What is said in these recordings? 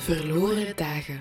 Verloren dagen.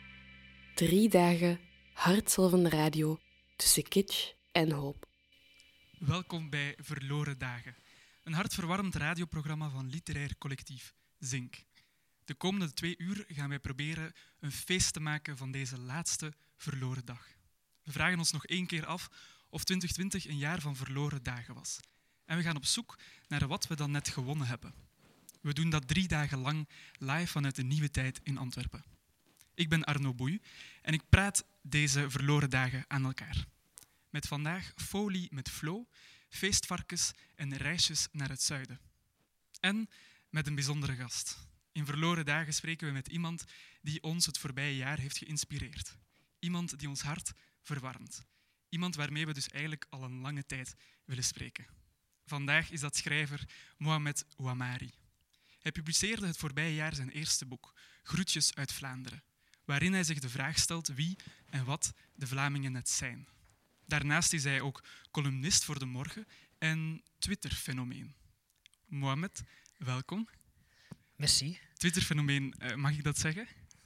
3 dagen hartzelvende radio tussen kitsch en hoop. Welkom bij Verloren Dagen, een hartverwarmend radioprogramma van literair collectief Zink. De komende 2 uur gaan wij proberen een feest te maken van deze laatste verloren dag. We vragen ons nog 1 keer af of 2020 een jaar van verloren dagen was. En we gaan op zoek naar wat we dan net gewonnen hebben. We doen dat 3 dagen lang live vanuit de Nieuwe Tijd in Antwerpen. Ik ben Arno Boei en ik praat deze verloren dagen aan elkaar. Met vandaag folie met Flo, feestvarkens en reisjes naar het zuiden. En met een bijzondere gast. In verloren dagen spreken we met iemand die ons het voorbije jaar heeft geïnspireerd. Iemand die ons hart verwarmt. Iemand waarmee we dus eigenlijk al een lange tijd willen spreken. Vandaag is dat schrijver Mohamed Ouamari. Hij publiceerde het voorbije jaar zijn eerste boek, Groetjes uit Vlaanderen, waarin hij zich de vraag stelt wie en wat de Vlamingen net zijn. Daarnaast is hij ook columnist voor De Morgen en Twitter-fenomeen. Mohamed, welkom. Merci. Twitter-fenomeen, mag ik dat zeggen?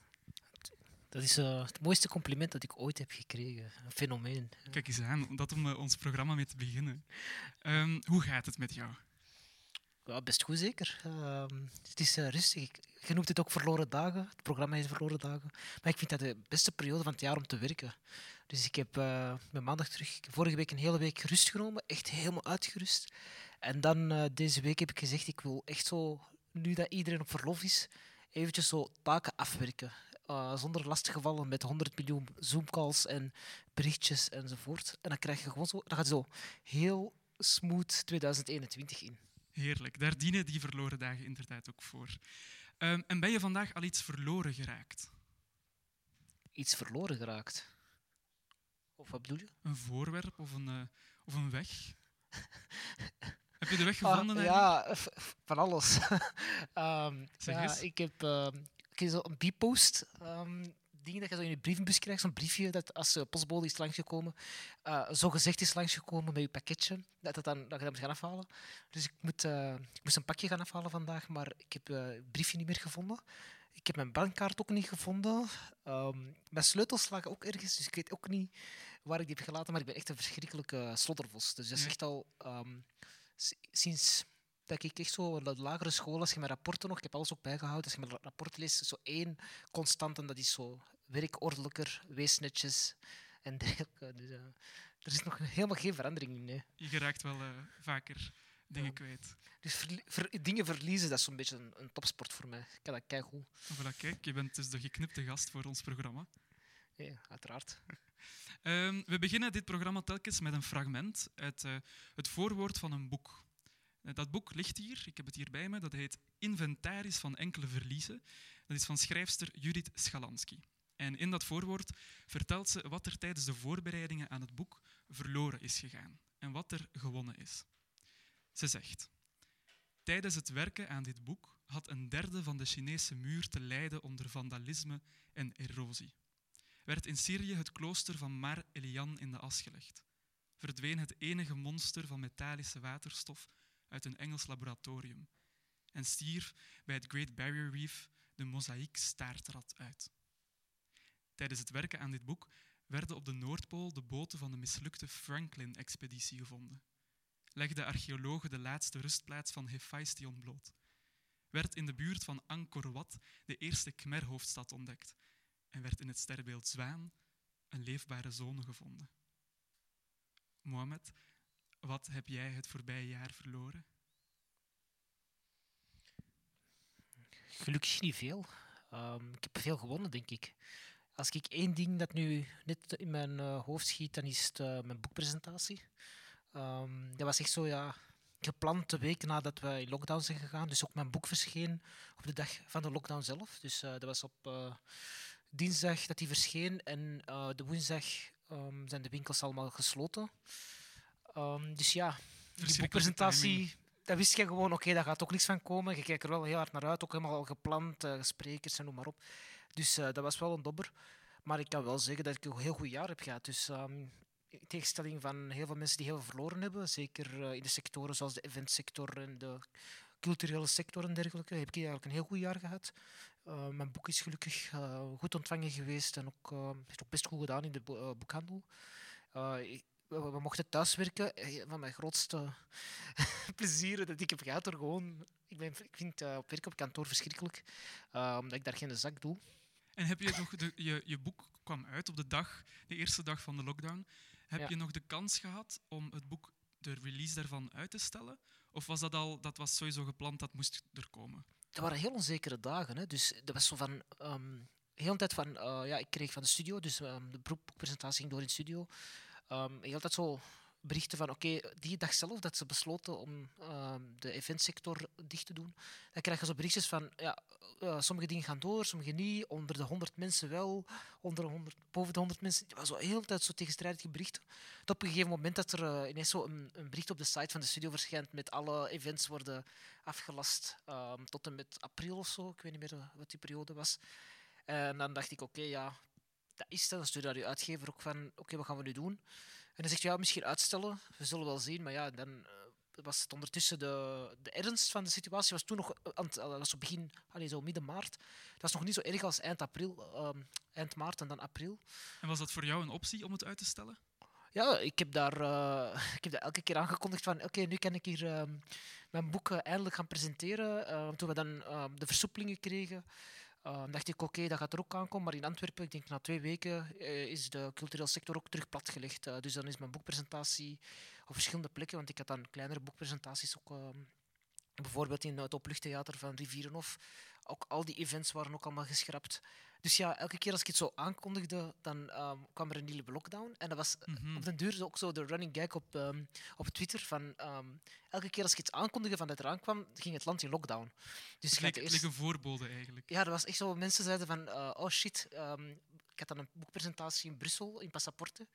Dat is het mooiste compliment dat ik ooit heb gekregen. Een fenomeen. Kijk eens aan, dat om ons programma mee te beginnen. Hoe gaat het met jou? Ja, best goed zeker. Het is rustig. Je noemt het ook verloren dagen. Het programma heet Verloren Dagen. Maar ik vind dat de beste periode van het jaar om te werken. Dus ik heb mijn maandag terug, vorige week een hele week rust genomen. Echt helemaal uitgerust. En dan deze week heb ik gezegd, ik wil echt zo, nu dat iedereen op verlof is, eventjes zo taken afwerken. Zonder lastiggevallen met 100 miljoen Zoom-calls en berichtjes enzovoort. En dan krijg je gewoon zo, dan gaat zo heel smooth 2021 in. Heerlijk, daar dienen die verloren dagen inderdaad ook voor. En ben je vandaag al iets verloren geraakt? Iets verloren geraakt? Of wat bedoel je? Een voorwerp of een weg? Heb je de weg gevonden? Ja, van alles. Zeg eens. Ik heb zo een bipost. Dingen dat je zo in je brievenbus krijgt, zo'n briefje dat als de postbode is langsgekomen, zo gezegd is langsgekomen met je pakketje, dat je dat moet gaan afhalen. Dus ik moest een pakje gaan afhalen vandaag, maar ik heb het briefje niet meer gevonden. Ik heb mijn bankkaart ook niet gevonden. Mijn sleutels lagen ook ergens, dus ik weet ook niet waar ik die heb gelaten, maar ik ben echt een verschrikkelijke sloddervos. Dus dat is echt al sinds dat ik echt zo de lagere school, als je mijn rapporten nog, ik heb alles ook bijgehouden, als je mijn rapport leest, is zo 1 constant en dat is zo werk ordelijker, wees netjes en dergelijke. Dus, er is nog helemaal geen verandering in. Nee. Je raakt wel vaker dingen kwijt. Dus dingen verliezen, dat is zo'n beetje een topsport voor mij. Ik kan dat keigoed. Voilà, kijk, je bent dus de geknipte gast voor ons programma. Ja, uiteraard. We beginnen dit programma telkens met een fragment uit het voorwoord van een boek. Dat boek ligt hier, ik heb het hier bij me, dat heet Inventaris van enkele verliezen. Dat is van schrijfster Judith Schalansky. En in dat voorwoord vertelt ze wat er tijdens de voorbereidingen aan het boek verloren is gegaan en wat er gewonnen is. Ze zegt: tijdens het werken aan dit boek had 1/3 van de Chinese muur te lijden onder vandalisme en erosie. Werd in Syrië het klooster van Mar Elian in de as gelegd. Verdween het enige monster van metallische waterstof uit een Engels laboratorium en stierf bij het Great Barrier Reef de mozaïekstaartrat uit. Tijdens het werken aan dit boek werden op de Noordpool de boten van de mislukte Franklin-expeditie gevonden. Legden archeologen de laatste rustplaats van Hephaestion bloot. Werd in de buurt van Angkor Wat de eerste Khmer-hoofdstad ontdekt en werd in het sterrenbeeld Zwaan een leefbare zone gevonden. Mohamed, wat heb jij het voorbije jaar verloren? Gelukkig niet veel. Ik heb veel gewonnen, denk ik. Als ik 1 ding dat nu net in mijn hoofd schiet, dan is het mijn boekpresentatie. Dat was echt zo, ja, gepland de week nadat we in lockdown zijn gegaan. Dus ook mijn boek verscheen op de dag van de lockdown zelf. Dus dat was op dinsdag dat die verscheen. En de woensdag zijn de winkels allemaal gesloten. Dus ja, die boekpresentatie, dat wist je gewoon, oké, daar gaat ook niks van komen. Je kijkt er wel heel hard naar uit, ook helemaal al gepland, sprekers en noem maar op. Dus dat was wel een dobber. Maar ik kan wel zeggen dat ik een heel goed jaar heb gehad. Dus in tegenstelling van heel veel mensen die heel veel verloren hebben, zeker in de sectoren zoals de eventsector en de culturele sector en dergelijke, heb ik eigenlijk een heel goed jaar gehad. Mijn boek is gelukkig goed ontvangen geweest en ook, heeft ook best goed gedaan in de boekhandel. We mochten thuiswerken. Een van mijn grootste plezieren dat ik heb gehad er gewoon... Ik vind op werk op kantoor verschrikkelijk, omdat ik daar geen zak doe. En heb je nog je boek kwam uit op de eerste dag van de lockdown. Heb je nog de kans gehad om het boek, de release daarvan, uit te stellen? Of was dat was sowieso gepland, dat moest er komen? Dat waren heel onzekere dagen. Hè. Dus dat was zo van... de hele tijd van... ik kreeg van de studio, dus de boekpresentatie ging door in de studio. De hele tijd zo berichten van die dag zelf dat ze besloten om de eventsector dicht te doen. Dan krijg je zo berichtjes van sommige dingen gaan door, sommige niet. Onder de 100 mensen wel, boven de 100 mensen. Het was zo de hele tijd zo tegenstrijdige berichten. Tot op een gegeven moment dat er ineens zo een bericht op de site van de studio verschijnt met alle events worden afgelast tot en met april of zo. Ik weet niet meer wat die periode was. En dan dacht ik, dat is het. Dan stuurde naar je uitgever ook van, wat gaan we nu doen? En dan zegt hij, misschien uitstellen, we zullen wel zien. Maar ja, dan was het ondertussen de ernst van de situatie was toen nog, dat was zo begin, zo midden maart. Het was nog niet zo erg als eind maart en dan april. En was dat voor jou een optie om het uit te stellen? Ja, ik heb daar elke keer aangekondigd van, nu kan ik hier mijn boek eindelijk gaan presenteren. Toen we dan de versoepelingen kregen, dacht ik, dat gaat er ook aankomen. Maar in Antwerpen, ik denk na 2 weken, is de culturele sector ook terug platgelegd. Dus dan is mijn boekpresentatie op verschillende plekken, want ik had dan kleinere boekpresentaties ook, bijvoorbeeld in het Openluchttheater van Rivierenhof. Ook al die events waren ook allemaal geschrapt. Dus ja, elke keer als ik het zo aankondigde, dan kwam er een nieuwe lockdown. En dat was op den duur ook zo de running gag op Twitter. Van, elke keer als ik iets aankondigde van dat eraan kwam, ging het land in lockdown. Dus het leek een voorbode eigenlijk. Ja, dat was echt zo. Mensen zeiden van, oh shit. Ik had dan een boekpresentatie in Brussel, in Passaporte.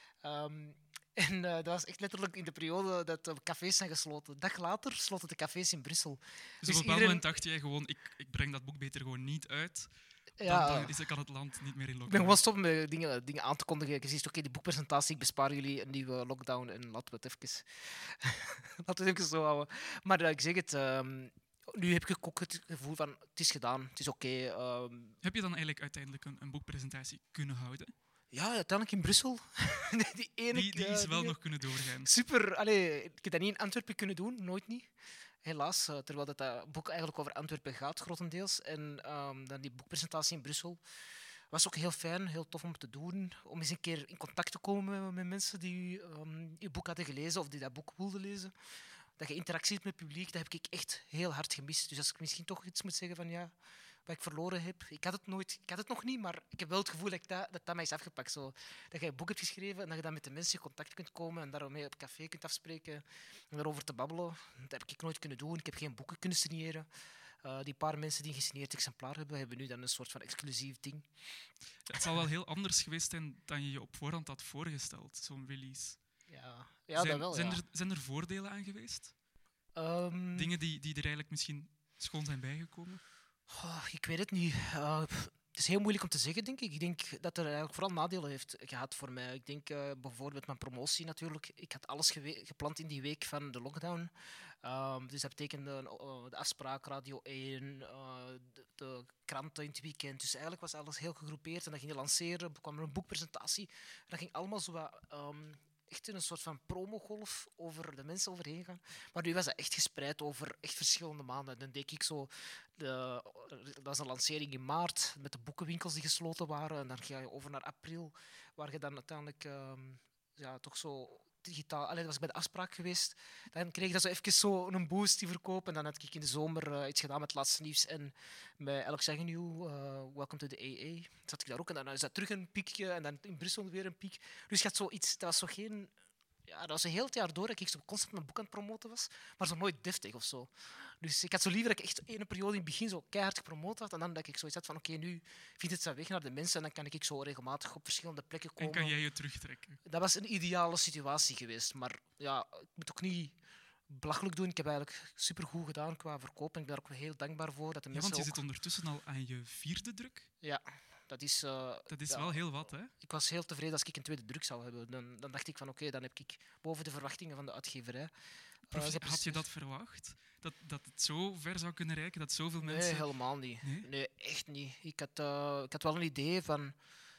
En dat was echt letterlijk in de periode dat de cafés zijn gesloten. Een dag later sloten de cafés in Brussel. Dus op een bepaald moment dacht jij gewoon, ik breng dat boek beter gewoon niet uit. Dan kan het land niet meer in lockdown. Ik ben gewoon stoppen met dingen aan te kondigen. Ik zei, die boekpresentatie, ik bespaar jullie een nieuwe lockdown en laten we het even zo houden. Maar ik zeg het... nu heb ik ook het gevoel van, het is gedaan, het is oké. Heb je dan eigenlijk uiteindelijk een boekpresentatie kunnen houden? Ja, uiteindelijk in Brussel. Die is wel nog kunnen doorgaan. Super. Ik heb dat niet in Antwerpen kunnen doen, nooit niet. Helaas, terwijl dat boek eigenlijk over Antwerpen gaat, grotendeels. En dan die boekpresentatie in Brussel was ook heel fijn, heel tof om te doen. Om eens een keer in contact te komen met mensen die je boek hadden gelezen of die dat boek wilden lezen. Dat je interactie hebt met het publiek, dat heb ik echt heel hard gemist. Dus als ik misschien toch iets moet zeggen van wat ik verloren heb. Ik had het nog niet, maar ik heb wel het gevoel dat mij is afgepakt. Zo, dat je een boek hebt geschreven en dat je dan met de mensen in contact kunt komen en daarmee op café kunt afspreken en daarover te babbelen. Dat heb ik nooit kunnen doen. Ik heb geen boeken kunnen signeren. Die paar mensen die een gesigneerd exemplaar hebben nu dan een soort van exclusief ding. Ja, het zal wel heel anders geweest zijn dan je op voorhand had voorgesteld, zo'n release. Ja, dat wel. Zijn er voordelen aan geweest? Dingen die er eigenlijk misschien schoon zijn bijgekomen? Ik weet het niet. Het is heel moeilijk om te zeggen, denk ik. Ik denk dat er eigenlijk vooral nadelen heeft gehad voor mij. Ik denk bijvoorbeeld mijn promotie natuurlijk. Ik had alles gepland in die week van de lockdown. Dus dat betekende de afspraak, Radio 1, de kranten in het weekend. Dus eigenlijk was alles heel gegroepeerd. En dan ging je lanceren, kwam er een boekpresentatie. En dat ging allemaal zo wat... echt een soort van promogolf over de mensen overheen gaan. Maar nu was dat echt gespreid over echt verschillende maanden. Dan deed ik zo... Dat was een lancering in maart, met de boekenwinkels die gesloten waren. En dan ga je over naar april, waar je dan uiteindelijk toch zo digitaal... dat was bij de afspraak geweest. Dan kreeg ik dat zo even zo een boost, die verkoop. En dan had ik in de zomer iets gedaan met het laatste nieuws. En bij Alex Agnew, Welcome to the AA, zat ik daar ook. En dan is dat terug een piekje. En dan in Brussel weer een piek. Dus je had zoiets... Dat was zo geen... Ja, dat was een heel het jaar door dat ik zo constant mijn boek aan het promoten was, maar zo nooit deftig of zo. Dus ik had zo liever dat ik echt een periode in het begin zo keihard gepromoot had en dan dat ik zoiets had van nu vindt het zijn weg naar de mensen en dan kan ik zo regelmatig op verschillende plekken komen. En kan jij je terugtrekken? Dat was een ideale situatie geweest, maar ja, ik moet ook niet belachelijk doen. Ik heb eigenlijk supergoed gedaan qua verkoop en ik ben daar ook heel dankbaar voor. Dat de Ja, mensen want je ook... zit ondertussen al aan je 4e druk. Ja, dat is... Dat is ja, wel heel wat, hè? ik was heel tevreden als ik een tweede druk zou hebben. Dan dacht ik van oké, dan heb ik boven de verwachtingen van de uitgeverij. Had je dat verwacht? Dat het zo ver zou kunnen reiken, dat zoveel Nee, mensen... helemaal niet. Nee? Nee, echt niet. Ik had wel een idee van...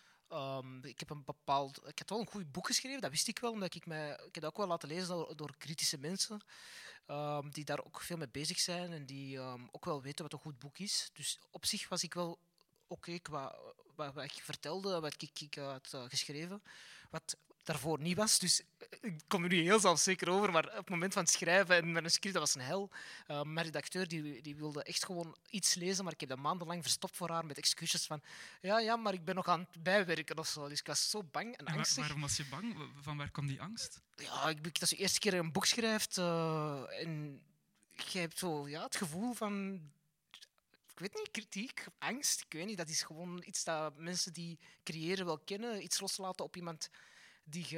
ik had wel een goed boek geschreven, dat wist ik wel, omdat ik heb dat ook wel laten lezen door kritische mensen, die daar ook veel mee bezig zijn en die ook wel weten wat een goed boek is. Dus op zich was ik wel oké qua wat ik vertelde, wat ik had geschreven, wat daarvoor niet was. Dus ik kom er nu heel zelfzeker over, maar op het moment van het schrijven en mijn script, dat was een hel. Mijn redacteur die wilde echt gewoon iets lezen, maar ik heb dat maandenlang verstopt voor haar met excuses van ja, maar ik ben nog aan het bijwerken of zo. Dus ik was zo bang en En angstig. waarom was je bang? Van waar kwam die angst? Ja, dat is de eerste keer een boek schrijft en je hebt zo het gevoel van, ik weet niet, kritiek, angst, ik weet niet. Dat is gewoon iets dat mensen die creëren wel kennen. Iets loslaten op iemand die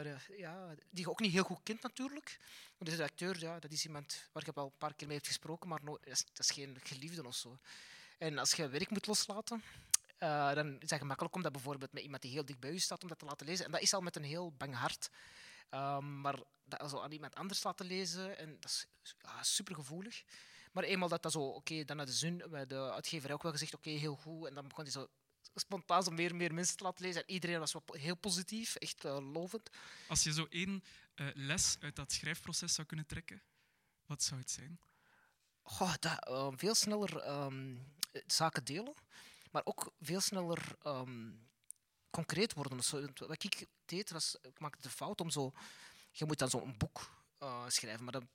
je ook niet heel goed kent natuurlijk. De redacteur, dat is iemand waar je wel een paar keer mee hebt gesproken, maar dat is geen geliefde of zo. En als je werk moet loslaten, dan is het gemakkelijk om dat bijvoorbeeld met iemand die heel dicht bij je staat, om dat te laten lezen. En dat is al met een heel bang hart. Maar dat zo aan iemand anders laten lezen, en dat is supergevoelig. Maar eenmaal dat zo, dan had de uitgeverij ook wel gezegd, heel goed. En dan begon hij zo spontaan zo meer mensen te laten lezen. En iedereen was wel heel positief, echt lovend. Als je zo één les uit dat schrijfproces zou kunnen trekken, wat zou het zijn? Veel sneller zaken delen, maar ook veel sneller concreet worden. Zo, wat ik deed, ik maakte de fout om zo... Je moet dan zo'n boek schrijven, maar dan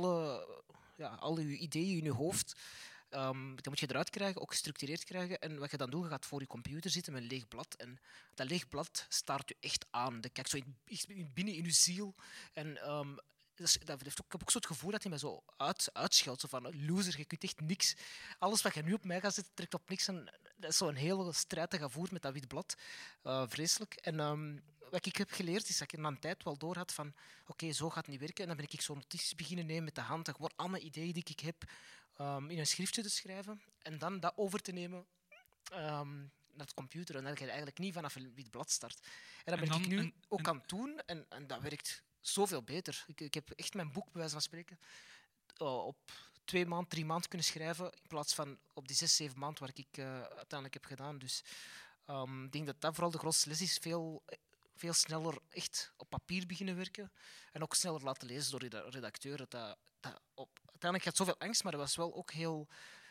alle je ideeën in je hoofd, dan moet je eruit krijgen, ook gestructureerd krijgen. En wat je dan doet, je gaat voor je computer zitten met een leeg blad. En dat leeg blad staart je echt aan. Dat kijkt zo binnen in je ziel. En ik heb ook zo het gevoel dat hij mij zo uitscheldt. Zo van, loser, je kunt echt niks. Alles wat je nu op mij gaat zetten, trekt op niks. En dat is zo'n hele strijd dat je voert met dat wit blad. Vreselijk. En wat ik heb geleerd, is dat ik na een tijd wel door had van zo gaat het niet werken. En dan ben ik zo notities beginnen nemen met de hand. En gewoon alle ideeën die ik heb in een schriftje te schrijven. En dan dat over te nemen naar de computer. En dat je eigenlijk niet vanaf een wit blad start. En dat ben ik nu ook aan het doen. En dat werkt zoveel beter. Ik heb echt mijn boek, bij wijze van spreken, op 2 maanden, 3 maanden kunnen schrijven, in plaats van op die 6, 7 maanden waar ik uiteindelijk heb gedaan. Dus ik denk dat dat vooral de grootste les is. Veel sneller echt op papier beginnen werken. En ook sneller laten lezen door de redacteur. Uiteindelijk had zoveel angst, maar dat was wel ook heel...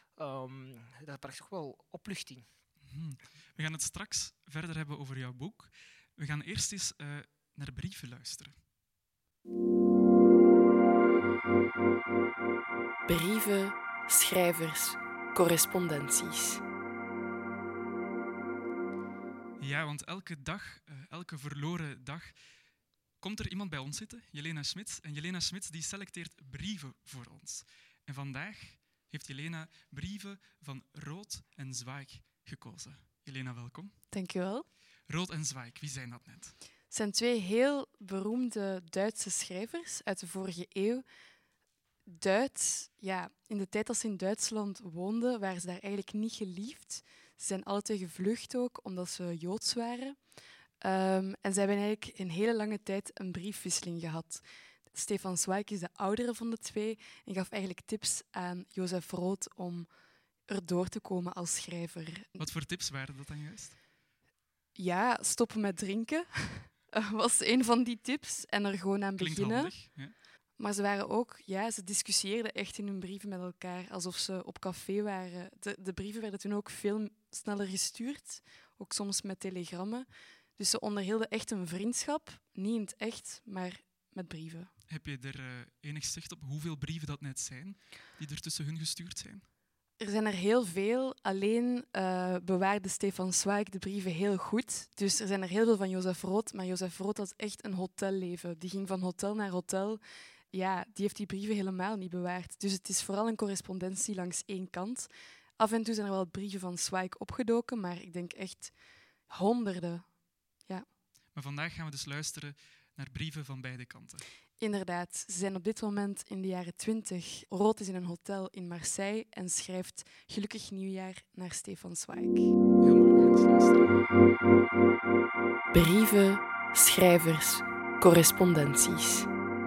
dat bracht toch wel opluchting. We gaan het straks verder hebben over jouw boek. We gaan eerst eens naar brieven luisteren. Brieven, schrijvers, correspondenties. Ja, want elke dag, elke verloren dag, komt er iemand bij ons zitten, Jelena Smits. En Jelena Smits die selecteert brieven voor ons. En vandaag heeft Jelena brieven van Rood en Zweig gekozen. Jelena, welkom. Dankjewel. Rood en Zweig, wie zijn dat net? Het zijn 2 heel beroemde Duitse schrijvers uit de vorige eeuw. Duits, in de tijd dat ze in Duitsland woonden, waren ze daar eigenlijk niet geliefd. Ze zijn alle 2 gevlucht ook, omdat ze Joods waren. En ze hebben eigenlijk een hele lange tijd een briefwisseling gehad. Stefan Zweig is de oudere van de 2 en gaf eigenlijk tips aan Jozef Rood om erdoor te komen als schrijver. Wat voor tips waren dat dan juist? Ja, stoppen met drinken was een van die tips en er gewoon aan Klinkt beginnen. handig. Ja. Maar ze waren ook, ze discussieerden echt in hun brieven met elkaar, alsof ze op café waren. De brieven werden toen ook veel sneller gestuurd, ook soms met telegrammen. Dus ze onderhielden echt een vriendschap, niet in het echt, maar met brieven. Heb je er enig zicht op hoeveel brieven dat net zijn die er tussen hun gestuurd zijn? Er zijn er heel veel, alleen bewaarde Stefan Zweig de brieven heel goed. Dus er zijn er heel veel van Jozef Rood, maar Jozef Rood had echt een hotelleven. Die ging van hotel naar hotel. Ja, die heeft die brieven helemaal niet bewaard. Dus het is vooral een correspondentie langs 1 kant. Af en toe zijn er wel brieven van Zweig opgedoken, maar ik denk echt honderden. Ja. Maar vandaag gaan we dus luisteren naar brieven van beide kanten. Inderdaad, ze zijn op dit moment in de jaren 20. Rood is in een hotel in Marseille en schrijft Gelukkig Nieuwjaar naar Stefan Zweig. Heel mooi, we gaan eens luisteren. Brieven, schrijvers, correspondenties.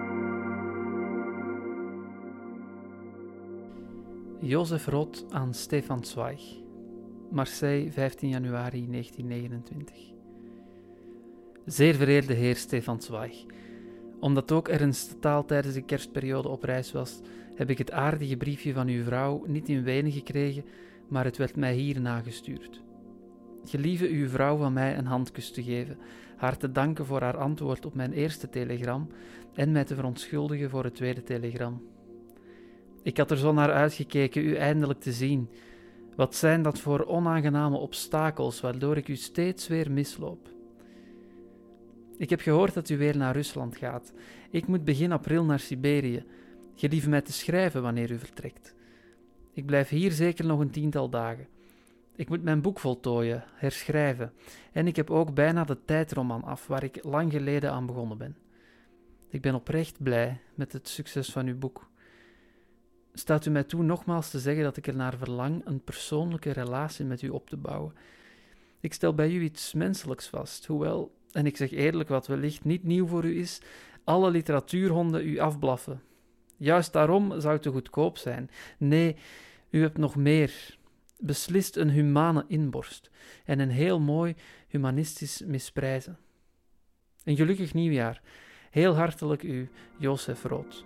Jozef Roth aan Stefan Zweig. Marseille, 15 januari 1929. Zeer vereerde heer Stefan Zweig. Omdat ook Ernst de Taal tijdens de kerstperiode op reis was, heb ik het aardige briefje van uw vrouw niet in Wenen gekregen, maar het werd mij hier nagestuurd. Gelieve uw vrouw van mij een handkus te geven, haar te danken voor haar antwoord op mijn eerste telegram en mij te verontschuldigen voor het tweede telegram. Ik had er zo naar uitgekeken u eindelijk te zien. Wat zijn dat voor onaangename obstakels, waardoor ik u steeds weer misloop? Ik heb gehoord dat u weer naar Rusland gaat. Ik moet begin april naar Siberië. Gelieve mij te schrijven wanneer u vertrekt. Ik blijf hier zeker nog een 10-tal dagen. Ik moet mijn boek voltooien, herschrijven. En ik heb ook bijna de tijdroman af, waar ik lang geleden aan begonnen ben. Ik ben oprecht blij met het succes van uw boek. Staat u mij toe nogmaals te zeggen dat ik er naar verlang een persoonlijke relatie met u op te bouwen. Ik stel bij u iets menselijks vast, hoewel, en ik zeg eerlijk wat wellicht niet nieuw voor u is, alle literatuurhonden u afblaffen. Juist daarom zou het te goedkoop zijn. Nee, u hebt nog meer. Beslist een humane inborst en een heel mooi humanistisch misprijzen. Een gelukkig nieuwjaar. Heel hartelijk u, Jozef Roth.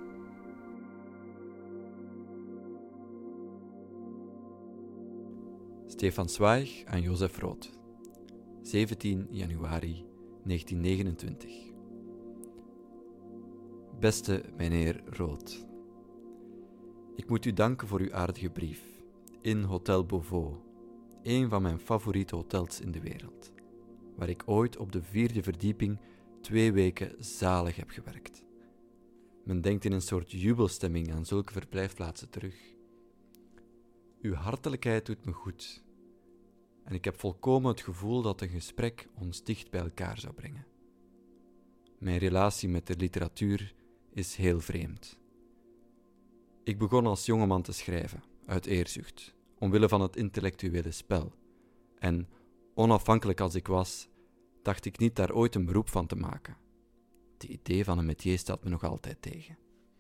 Stefan Zweig aan Jozef Roth. 17 januari 1929. Beste meneer Roth, ik moet u danken voor uw aardige brief. In Hotel Beauvau, een van mijn favoriete hotels in de wereld, waar ik ooit op de 4e verdieping 2 weken zalig heb gewerkt. Men denkt in een soort jubelstemming aan zulke verblijfplaatsen terug. Uw hartelijkheid doet me goed. En ik heb volkomen het gevoel dat een gesprek ons dicht bij elkaar zou brengen. Mijn relatie met de literatuur is heel vreemd. Ik begon als jongeman te schrijven, uit eerzucht, omwille van het intellectuele spel. En, onafhankelijk als ik was, dacht ik niet daar ooit een beroep van te maken. Het idee van een métier staat me nog altijd tegen.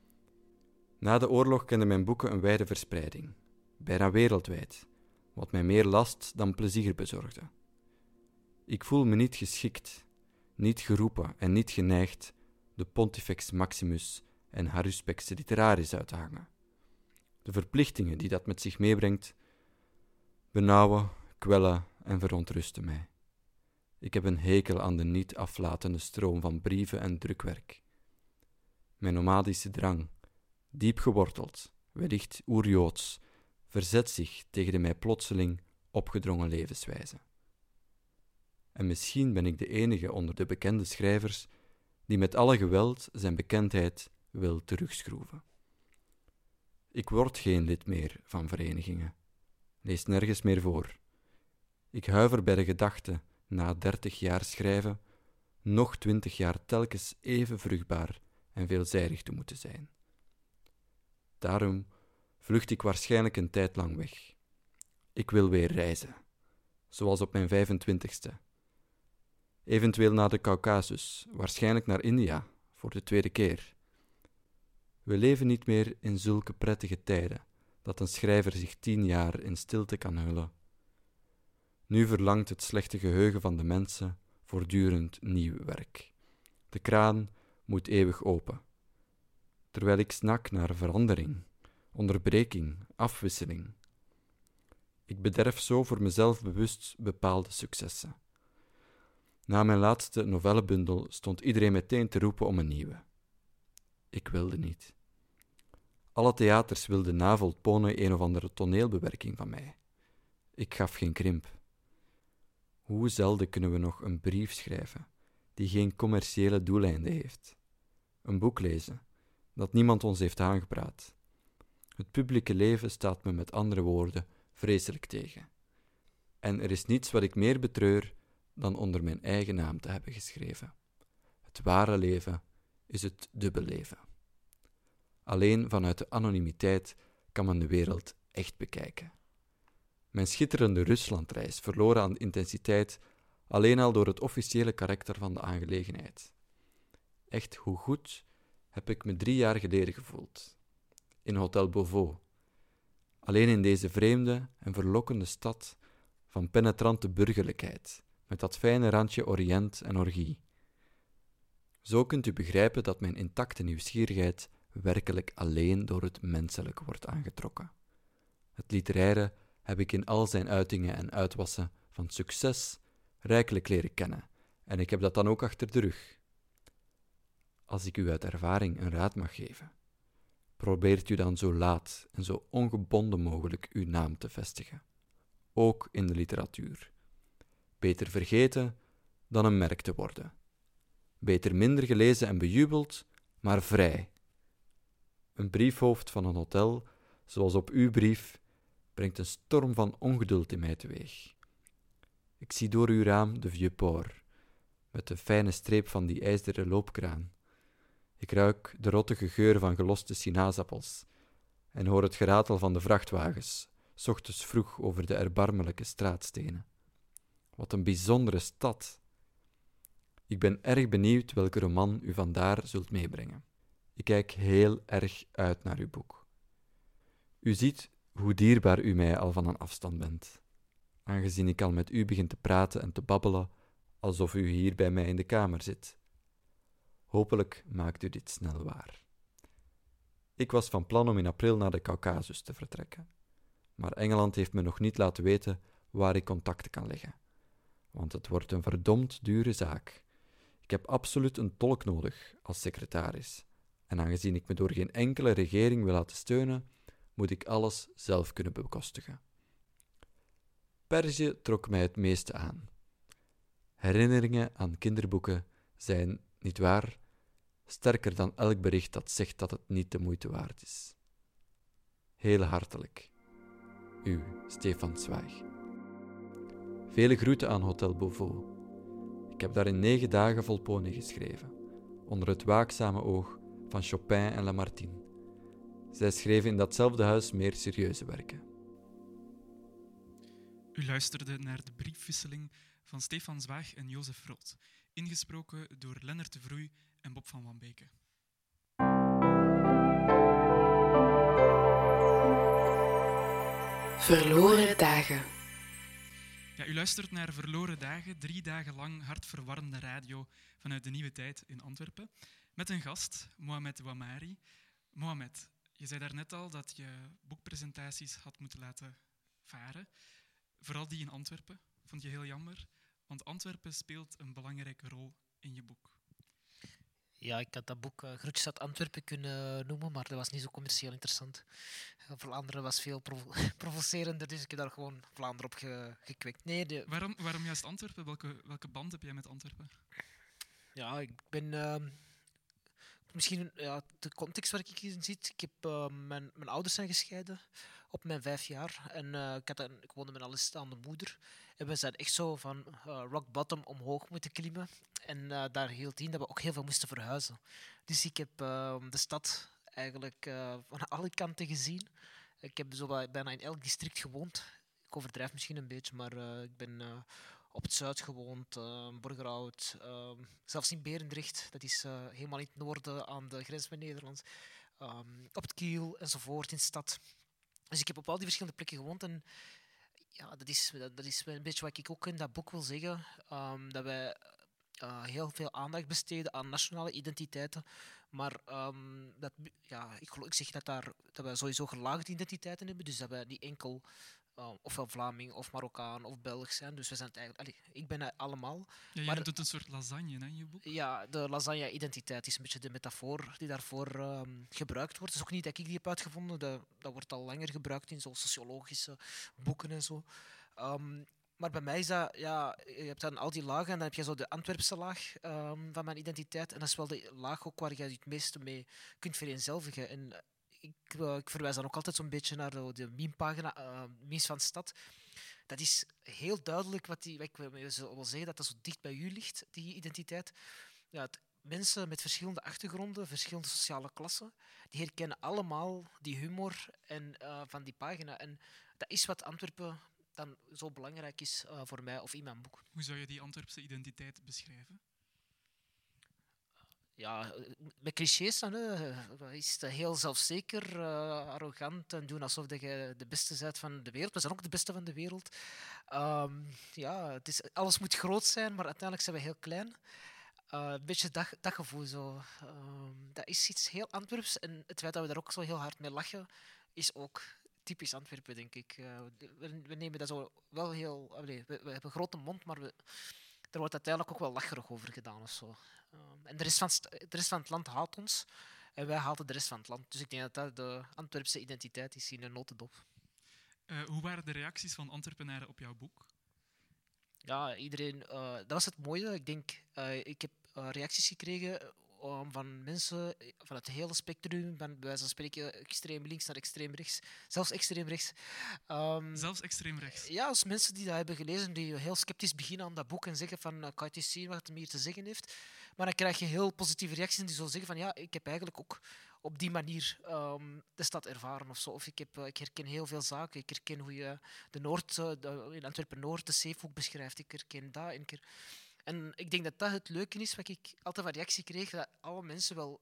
Na de oorlog kenden mijn boeken een wijde verspreiding, bijna wereldwijd, wat mij meer last dan plezier bezorgde. Ik voel me niet geschikt, niet geroepen en niet geneigd de Pontifex Maximus en Haruspex Literaris uit te hangen. De verplichtingen die dat met zich meebrengt, benauwen, kwellen en verontrusten mij. Ik heb een hekel aan de niet aflatende stroom van brieven en drukwerk. Mijn nomadische drang, diep geworteld, wellicht oerjoods, verzet zich tegen de mij plotseling opgedrongen levenswijze. En misschien ben ik de enige onder de bekende schrijvers die met alle geweld zijn bekendheid wil terugschroeven. Ik word geen lid meer van verenigingen, lees nergens meer voor. Ik huiver bij de gedachte, na 30 jaar schrijven, nog 20 jaar telkens even vruchtbaar en veelzijdig te moeten zijn. Daarom vlucht ik waarschijnlijk een tijd lang weg. Ik wil weer reizen, zoals op mijn 25ste. Eventueel naar de Caucasus, waarschijnlijk naar India, voor de 2e keer. We leven niet meer in zulke prettige tijden, dat een schrijver zich 10 jaar in stilte kan hullen. Nu verlangt het slechte geheugen van de mensen voortdurend nieuw werk. De kraan moet eeuwig open. Terwijl ik snak naar verandering, onderbreking, afwisseling. Ik bederf zo voor mezelf bewust bepaalde successen. Na mijn laatste novellebundel stond iedereen meteen te roepen om een nieuwe. Ik wilde niet. Alle theaters wilden na Volpone een of andere toneelbewerking van mij. Ik gaf geen krimp. Hoe zelden kunnen we nog een brief schrijven die geen commerciële doeleinden heeft? Een boek lezen dat niemand ons heeft aangepraat. Het publieke leven staat me met andere woorden vreselijk tegen. En er is niets wat ik meer betreur dan onder mijn eigen naam te hebben geschreven. Het ware leven is het dubbel leven. Alleen vanuit de anonimiteit kan men de wereld echt bekijken. Mijn schitterende Ruslandreis verloor aan intensiteit alleen al door het officiële karakter van de aangelegenheid. Echt hoe goed heb ik me 3 jaar geleden gevoeld. In Hotel Beauvau. Alleen in deze vreemde en verlokkende stad van penetrante burgerlijkheid, met dat fijne randje Oriënt en orgie. Zo kunt u begrijpen dat mijn intacte nieuwsgierigheid werkelijk alleen door het menselijke wordt aangetrokken. Het literaire heb ik in al zijn uitingen en uitwassen van succes rijkelijk leren kennen, en ik heb dat dan ook achter de rug. Als ik u uit ervaring een raad mag geven, probeert u dan zo laat en zo ongebonden mogelijk uw naam te vestigen. Ook in de literatuur. Beter vergeten dan een merk te worden. Beter minder gelezen en bejubeld, maar vrij. Een briefhoofd van een hotel, zoals op uw brief, brengt een storm van ongeduld in mij teweeg. Ik zie door uw raam de Vieux-Port, met de fijne streep van die ijzeren loopkraan. Ik ruik de rottige geur van geloste sinaasappels en hoor het geratel van de vrachtwagens, 's ochtends vroeg over de erbarmelijke straatstenen. Wat een bijzondere stad! Ik ben erg benieuwd welke roman u vandaar zult meebrengen. Ik kijk heel erg uit naar uw boek. U ziet hoe dierbaar u mij al van een afstand bent, aangezien ik al met u begin te praten en te babbelen alsof u hier bij mij in de kamer zit. Hopelijk maakt u dit snel waar. Ik was van plan om in april naar de Caucasus te vertrekken, maar Engeland heeft me nog niet laten weten waar ik contacten kan leggen, want het wordt een verdomd dure zaak. Ik heb absoluut een tolk nodig als secretaris, en aangezien ik me door geen enkele regering wil laten steunen, moet ik alles zelf kunnen bekostigen. Perzië trok mij het meeste aan. Herinneringen aan kinderboeken zijn, nietwaar, sterker dan elk bericht dat zegt dat het niet de moeite waard is. Heel hartelijk. Uw Stefan Zweig. Vele groeten aan Hotel Beauvau. Ik heb daar in 9 dagen Volpone geschreven, onder het waakzame oog van Chopin en Lamartine. Zij schreven in datzelfde huis meer serieuze werken. U luisterde naar de briefwisseling van Stefan Zweig en Jozef Rot, ingesproken door Lennart de Vroei en Bob van Wambeke. Verloren dagen. Ja, u luistert naar Verloren Dagen, 3 dagen lang hartverwarmende radio vanuit de Nieuwe Tijd in Antwerpen, met een gast, Mohamed Ouamari. Mohamed, je zei daarnet al dat je boekpresentaties had moeten laten varen. Vooral die in Antwerpen, vond je heel jammer, want Antwerpen speelt een belangrijke rol in je boek. Ja, ik had dat boek Groetjes uit Antwerpen kunnen noemen, maar dat was niet zo commercieel interessant. Vlaanderen was veel provocerender, dus ik heb daar gewoon Vlaanderen op gekweekt. Nee, Waarom juist Antwerpen? Welke band heb jij met Antwerpen? Ja, ik ben... misschien de context waar ik in zit. Ik heb, mijn ouders zijn gescheiden op mijn 5 jaar. En ik woonde met een alleenstaande moeder. En we zijn echt zo van rock bottom omhoog moeten klimmen. En daar hield in dat we ook heel veel moesten verhuizen. Dus ik heb de stad eigenlijk van alle kanten gezien. Ik heb zo bijna in elk district gewoond. Ik overdrijf misschien een beetje, maar ik ben... op het zuid gewoond, Borgerhout, zelfs in Berendrecht, dat is helemaal in het noorden aan de grens met Nederland, op het Kiel enzovoort in de stad. Dus ik heb op al die verschillende plekken gewoond en ja, dat is een beetje wat ik ook in dat boek wil zeggen, dat wij heel veel aandacht besteden aan nationale identiteiten, maar ik zeg dat wij sowieso gelaagde identiteiten hebben, dus dat wij niet enkel ofwel Vlaming of Marokkaan of Belg zijn. Dus we zijn het eigenlijk... ik ben allemaal. Ja, je doet een soort lasagne hè, in je boek. Ja, de lasagne-identiteit is een beetje de metafoor die daarvoor gebruikt wordt. Het is ook niet dat ik die heb uitgevonden. Dat wordt al langer gebruikt in zo sociologische boeken en zo. Maar bij mij is dat... Ja, je hebt dan al die lagen en dan heb je zo de Antwerpse laag van mijn identiteit. En dat is wel de laag ook waar je het meeste mee kunt vereenzelvigen. En ik verwijs dan ook altijd zo'n beetje naar de memepagina, Memes van de Stad. Dat is heel duidelijk wat ik wil zeggen, dat dat zo dicht bij u ligt, die identiteit. Ja, mensen met verschillende achtergronden, verschillende sociale klassen, die herkennen allemaal die humor en, van die pagina. En dat is wat Antwerpen dan zo belangrijk is voor mij of in mijn boek. Hoe zou je die Antwerpse identiteit beschrijven? Ja, met clichés dan, hè. Is het heel zelfzeker, arrogant en doen alsof dat je de beste bent van de wereld. We zijn ook de beste van de wereld. Ja, alles moet groot zijn, maar uiteindelijk zijn we heel klein. Een beetje dat gevoel zo. Dat is iets heel Antwerps en het feit dat we daar ook zo heel hard mee lachen, is ook typisch Antwerpen, denk ik. We nemen dat zo wel heel... We hebben een grote mond, maar er wordt uiteindelijk ook wel lacherig over gedaan of zo. En de rest van het land haat ons en wij haten de rest van het land. Dus ik denk dat dat de Antwerpse identiteit is in een notendop. Hoe waren de reacties van Antwerpenaren op jouw boek? Ja, iedereen... dat was het mooie. Ik denk, ik heb reacties gekregen van mensen van het hele spectrum, van bij wijze van spreken extreem links naar extreem rechts, zelfs extreem rechts. Zelfs extreem rechts? Ja, als mensen die dat hebben gelezen, die heel sceptisch beginnen aan dat boek en zeggen van, kan je het eens zien wat het hier te zeggen heeft? Maar dan krijg je heel positieve reacties die zo zeggen van, ja, ik heb eigenlijk ook op die manier de stad ervaren of zo. Of ik herken heel veel zaken. Ik herken hoe je in Antwerpen-Noord de Zeehoek beschrijft. Ik herken dat. En ik denk dat dat het leuke is, wat ik altijd van reactie kreeg, dat alle mensen wel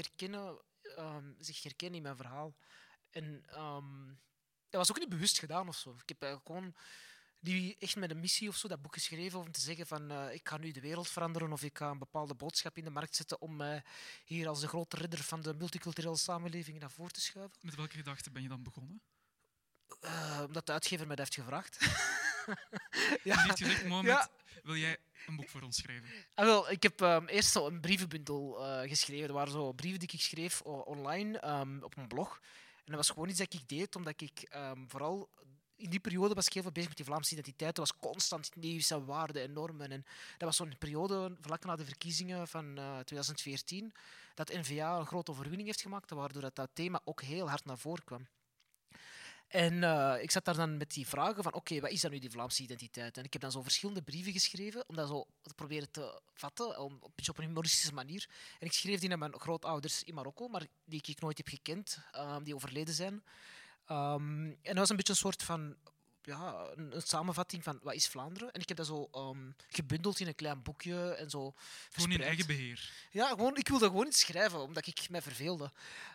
zich herkennen in mijn verhaal. En dat was ook niet bewust gedaan of zo. Ik heb eigenlijk gewoon niet echt met een missie of zo dat boek geschreven om te zeggen van ik ga nu de wereld veranderen of ik ga een bepaalde boodschap in de markt zetten om hier als de grote redder van de multiculturele samenleving naar voren te schuiven. Met welke gedachten ben je dan begonnen? Omdat de uitgever mij dat heeft gevraagd. Je heeft gezegd, Mohamed, wil jij een boek voor ons schrijven? Wel, ik heb eerst zo een brievenbundel geschreven. Er waren zo brieven die ik schreef online op een blog. En dat was gewoon iets dat ik deed, omdat ik vooral in die periode was ik heel veel bezig met die Vlaamse identiteit. Er was constant nieuws en waarden en normen. En dat was zo'n periode, vlak na de verkiezingen van 2014, dat N-VA een grote overwinning heeft gemaakt, waardoor dat thema ook heel hard naar voren kwam. En ik zat daar dan met die vragen van, oké, wat is dan nu die Vlaamse identiteit? En ik heb dan zo verschillende brieven geschreven om dat zo te proberen te vatten, een beetje op een humoristische manier. En ik schreef die naar mijn grootouders in Marokko, maar die ik nooit heb gekend, die overleden zijn. En dat was een beetje een soort van een samenvatting van wat is Vlaanderen. En ik heb dat zo gebundeld in een klein boekje en zo verspreid. Gewoon in eigen beheer? Ja, gewoon, ik wilde gewoon iets schrijven, omdat ik mij verveelde.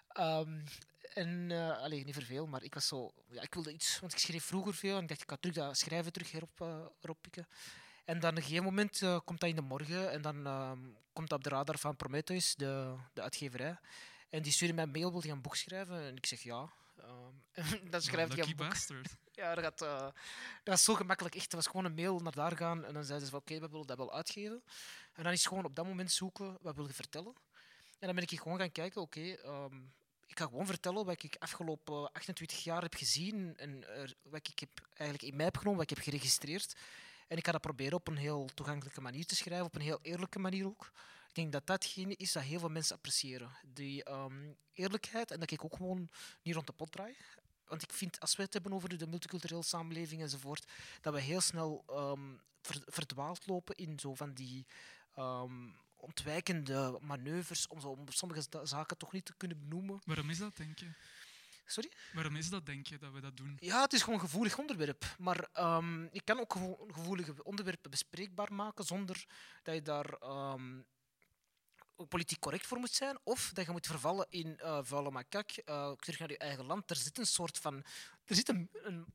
Niet verveel, maar ik was zo... Ja, ik wilde iets, want ik schreef vroeger veel en ik dacht, ik ga terug dat schrijven erop pikken. En dan op een gegeven moment komt dat in de morgen en dan komt dat op de radar van Prometheus, de uitgeverij. En die stuurde mij een mail, wil je een boek schrijven? En ik zeg ja. Dan schrijf ik een boek. Bastard. Ja, dat was zo gemakkelijk. Echt, dat was gewoon een mail naar daar gaan en dan zeiden ze van oké, we willen dat wel uitgeven. En dan is het gewoon op dat moment zoeken, wat wil je vertellen? En dan ben ik gewoon gaan kijken, ik ga gewoon vertellen wat ik afgelopen 28 jaar heb gezien en wat ik heb eigenlijk in mij heb genomen, wat ik heb geregistreerd. En ik ga dat proberen op een heel toegankelijke manier te schrijven, op een heel eerlijke manier ook. Ik denk dat datgene is dat heel veel mensen appreciëren. Die eerlijkheid en dat ik ook gewoon niet rond de pot draai. Want ik vind, als we het hebben over de multiculturele samenleving enzovoort, dat we heel snel verdwaald lopen in zo van die ontwijkende manoeuvres om sommige zaken toch niet te kunnen benoemen. Waarom is dat, denk je? Sorry? Waarom is dat, denk je, dat we dat doen? Ja, het is gewoon een gevoelig onderwerp. Maar je kan ook gevoelige onderwerpen bespreekbaar maken zonder dat je daar politiek correct voor moet zijn. Of dat je moet vervallen in vuile makak, terug naar je eigen land. Er zit een soort van... Er zit een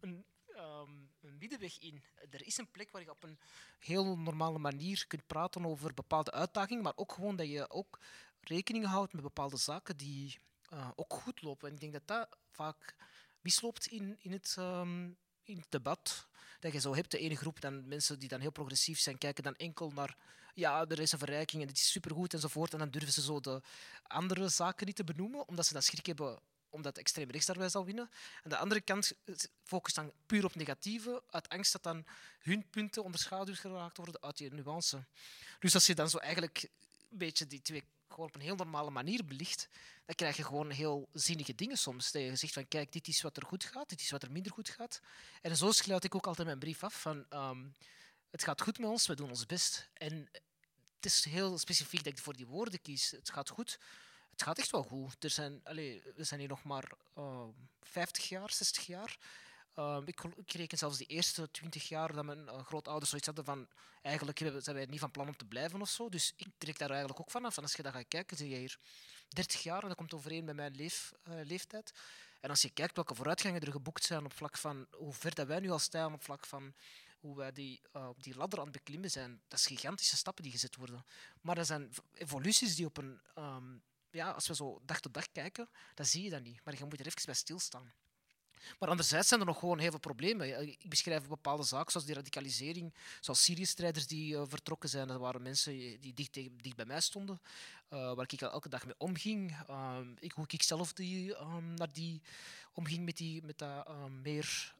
middenweg in. Er is een plek waar je op een heel normale manier kunt praten over bepaalde uitdagingen, maar ook gewoon dat je ook rekening houdt met bepaalde zaken die ook goed lopen. En ik denk dat dat vaak misloopt in het debat. Dat je zo hebt, de ene groep, dan mensen die dan heel progressief zijn, kijken dan enkel naar ja, er is een verrijking en dit is supergoed enzovoort. En dan durven ze zo de andere zaken niet te benoemen, omdat ze dat schrik hebben omdat extreem rechts daarbij zal winnen. Aan de andere kant focust dan puur op negatieve, uit angst dat dan hun punten onderschaduwd geraakt worden uit die nuance. Dus als je dan zo eigenlijk een beetje die twee gewoon op een heel normale manier belicht, dan krijg je gewoon heel zinnige dingen soms. Dat je zegt van, kijk, dit is wat er goed gaat, dit is wat er minder goed gaat. En zo sluit ik ook altijd mijn brief af van, het gaat goed met ons, we doen ons best. En het is heel specifiek dat ik voor die woorden kies. Het gaat goed. Het gaat echt wel goed. We zijn hier nog maar 50 jaar, 60 jaar. Ik reken zelfs de eerste 20 jaar dat mijn grootouders zoiets hadden van eigenlijk zijn wij niet van plan om te blijven of zo. Dus ik trek daar eigenlijk ook vanaf. En als je dat gaat kijken, zie je hier 30 jaar en dat komt overeen met mijn leeftijd. En als je kijkt welke vooruitgangen er geboekt zijn op vlak van hoe ver dat wij nu al staan, op vlak van hoe wij die ladder aan het beklimmen zijn, dat zijn gigantische stappen die gezet worden. Maar dat zijn evoluties die op een... als we zo dag tot dag kijken, dan zie je dat niet. Maar je moet er even bij stilstaan. Maar anderzijds zijn er nog gewoon heel veel problemen. Ik beschrijf bepaalde zaken, zoals die radicalisering, zoals Syrië-strijders die vertrokken zijn. Dat waren mensen die dicht bij mij stonden, waar ik elke dag mee omging. Hoe ik zelf naar die omging met dat meer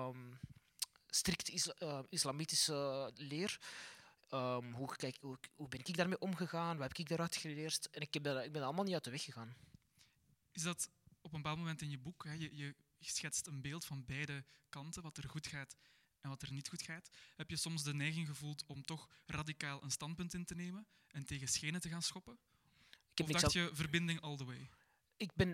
strikt islamitische leer. Hoe ben ik daarmee omgegaan? Wat heb ik daaruit geleerd? En ik ben allemaal niet uit de weg gegaan. Is dat op een bepaald moment in je boek, hè, je schetst een beeld van beide kanten, wat er goed gaat en wat er niet goed gaat. Heb je soms de neiging gevoeld om toch radicaal een standpunt in te nemen en tegen schenen te gaan schoppen? Of dacht je verbinding all the way? Ik ben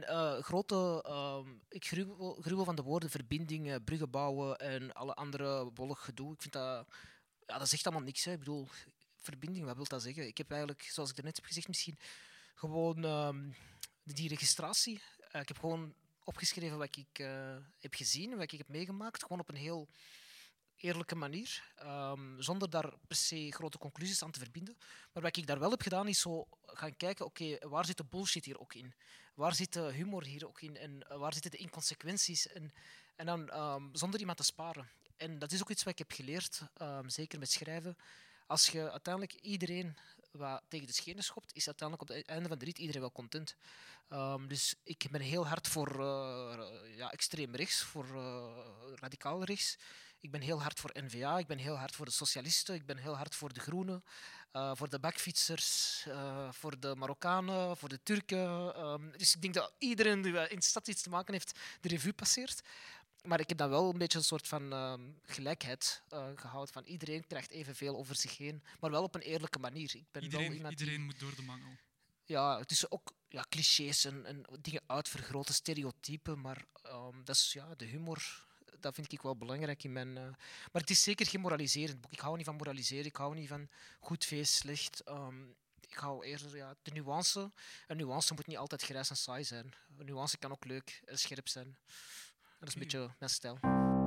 ik gruwel van de woorden verbinding, bruggen bouwen en alle andere wollig gedoe. Ik vind dat zegt allemaal niks. Hè. Ik bedoel, verbinding, wat wil dat zeggen? Ik heb eigenlijk, zoals ik net heb gezegd, misschien gewoon die registratie. Ik heb gewoon opgeschreven wat ik heb gezien, wat ik heb meegemaakt, gewoon op een heel eerlijke manier, zonder daar per se grote conclusies aan te verbinden. Maar wat ik daar wel heb gedaan, is zo gaan kijken, oké, waar zit de bullshit hier ook in? Waar zit de humor hier ook in? En waar zitten de inconsequenties? En dan zonder iemand te sparen. En dat is ook iets wat ik heb geleerd, zeker met schrijven. Als je uiteindelijk iedereen wat tegen de schenen schopt, is uiteindelijk op het einde van de rit iedereen wel content. Dus ik ben heel hard voor extreem rechts, voor radicaal rechts. Ik ben heel hard voor N-VA, ik ben heel hard voor de socialisten, ik ben heel hard voor de groenen, voor de bakfietsers, voor de Marokkanen, voor de Turken. Dus ik denk dat iedereen die in de stad iets te maken heeft, de revue passeert. Maar ik heb dan wel een beetje een soort van gelijkheid gehouden. Van iedereen krijgt evenveel over zich heen, maar wel op een eerlijke manier. Iedereen moet door de mangel. Ja, het is ook clichés en dingen uitvergroten, stereotypen, maar dat is de humor. Dat vind ik wel belangrijk in mijn... Maar het is zeker geen moraliserend boek. Ik hou niet van moraliseren, ik hou niet van goed, feest, slecht. Ik hou eerder de nuance. Een nuance moet niet altijd grijs en saai zijn. Een nuance kan ook leuk en scherp zijn. Dat is een beetje mijn stijl.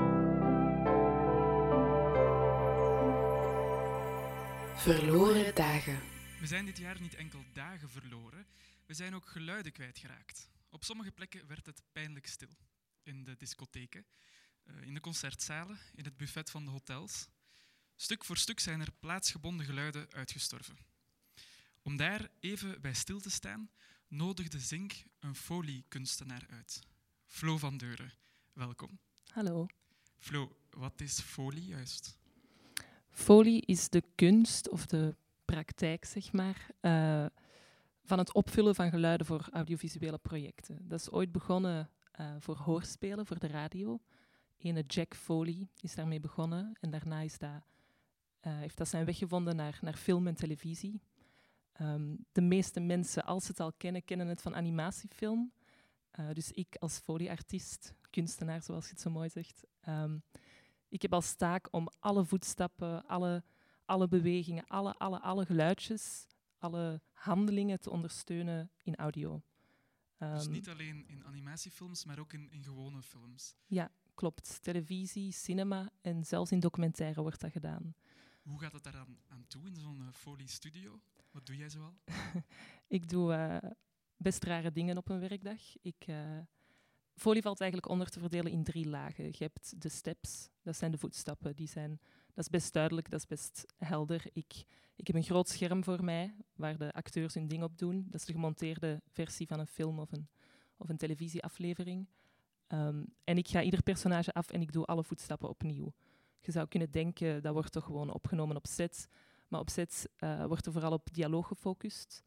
Verloren dagen. We zijn dit jaar niet enkel dagen verloren, we zijn ook geluiden kwijtgeraakt. Op sommige plekken werd het pijnlijk stil. In de discotheken, in de concertzalen, in het buffet van de hotels. Stuk voor stuk zijn er plaatsgebonden geluiden uitgestorven. Om daar even bij stil te staan, nodigde Zink een foliekunstenaar uit. Flo van Deuren, welkom. Hallo. Flo, wat is folie juist? Folie is de kunst of de praktijk, zeg maar, van het opvullen van geluiden voor audiovisuele projecten. Dat is ooit begonnen voor hoorspelen, voor de radio. Ene Jack Foley is daarmee begonnen en daarna heeft dat zijn weg gevonden naar film en televisie. De meeste mensen, als ze het al kennen het van animatiefilm. Dus ik als Foley-artiest, kunstenaar zoals je het zo mooi zegt, ik heb als taak om alle voetstappen, alle bewegingen, alle geluidjes, alle handelingen te ondersteunen in audio. Dus niet alleen in animatiefilms, maar ook in gewone films? Ja, klopt. Televisie, cinema en zelfs in documentaire wordt dat gedaan. Hoe gaat het daar aan toe in zo'n Foley-studio? Wat doe jij zoal? Ik doe best rare dingen op een werkdag. Folie valt eigenlijk onder te verdelen in 3 lagen. Je hebt de steps, dat zijn de voetstappen. Dat is best duidelijk, dat is best helder. Ik heb een groot scherm voor mij, waar de acteurs hun ding op doen. Dat is de gemonteerde versie van een film of een televisieaflevering. En ik ga ieder personage af en ik doe alle voetstappen opnieuw. Je zou kunnen denken, dat wordt toch gewoon opgenomen op set. Maar op set wordt er vooral op dialoog gefocust.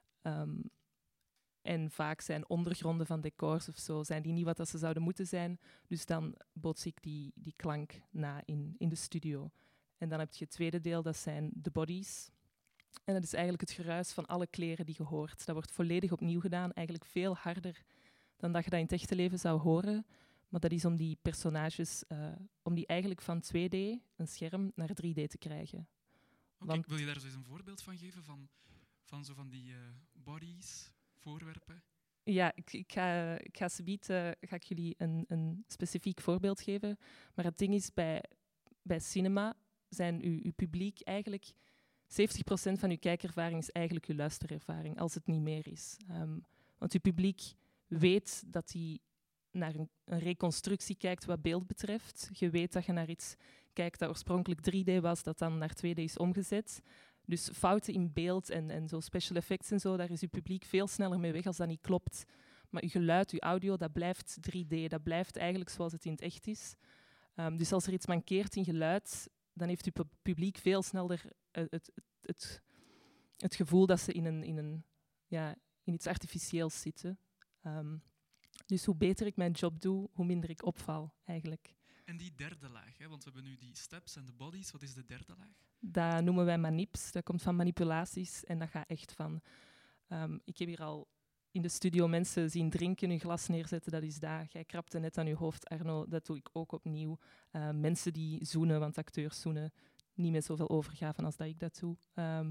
En vaak zijn ondergronden van decors of zo, zijn die niet wat ze zouden moeten zijn. Dus dan boots ik die klank na in de studio. En dan heb je het tweede deel, dat zijn de bodies. En dat is eigenlijk het geruis van alle kleren die je hoort. Dat wordt volledig opnieuw gedaan, eigenlijk veel harder dan dat je dat in het echte leven zou horen. Maar dat is om die personages, om die eigenlijk van 2D, een scherm, naar 3D te krijgen. Oké, wil je daar zo eens een voorbeeld van geven? Van zo van die bodies, voorwerpen? Ja, ik ga ga ik jullie een specifiek voorbeeld geven. Maar het ding is, bij cinema zijn uw publiek eigenlijk... 70% van uw kijkervaring is eigenlijk uw luisterervaring, als het niet meer is. Want uw publiek weet dat hij naar een reconstructie kijkt wat beeld betreft. Je weet dat je naar iets kijkt dat oorspronkelijk 3D was, dat dan naar 2D is omgezet. Dus fouten in beeld en zo special effects en zo, daar is uw publiek veel sneller mee weg als dat niet klopt. Maar uw geluid, uw audio, dat blijft 3D. Dat blijft eigenlijk zoals het in het echt is. Dus als er iets mankeert in geluid, dan heeft uw publiek veel sneller het gevoel dat ze in iets artificieels zitten. Dus hoe beter ik mijn job doe, hoe minder ik opval, eigenlijk. En die derde laag, hè? Want we hebben nu die steps en de bodies. Wat is de derde laag? Dat noemen wij manips. Dat komt van manipulaties en dat gaat echt van... ik heb hier al in de studio mensen zien drinken, hun glas neerzetten, dat is dat. Jij krabde net aan je hoofd, Arno, dat doe ik ook opnieuw. Mensen die zoenen, want acteurs zoenen niet met zoveel overgave als dat ik dat doe.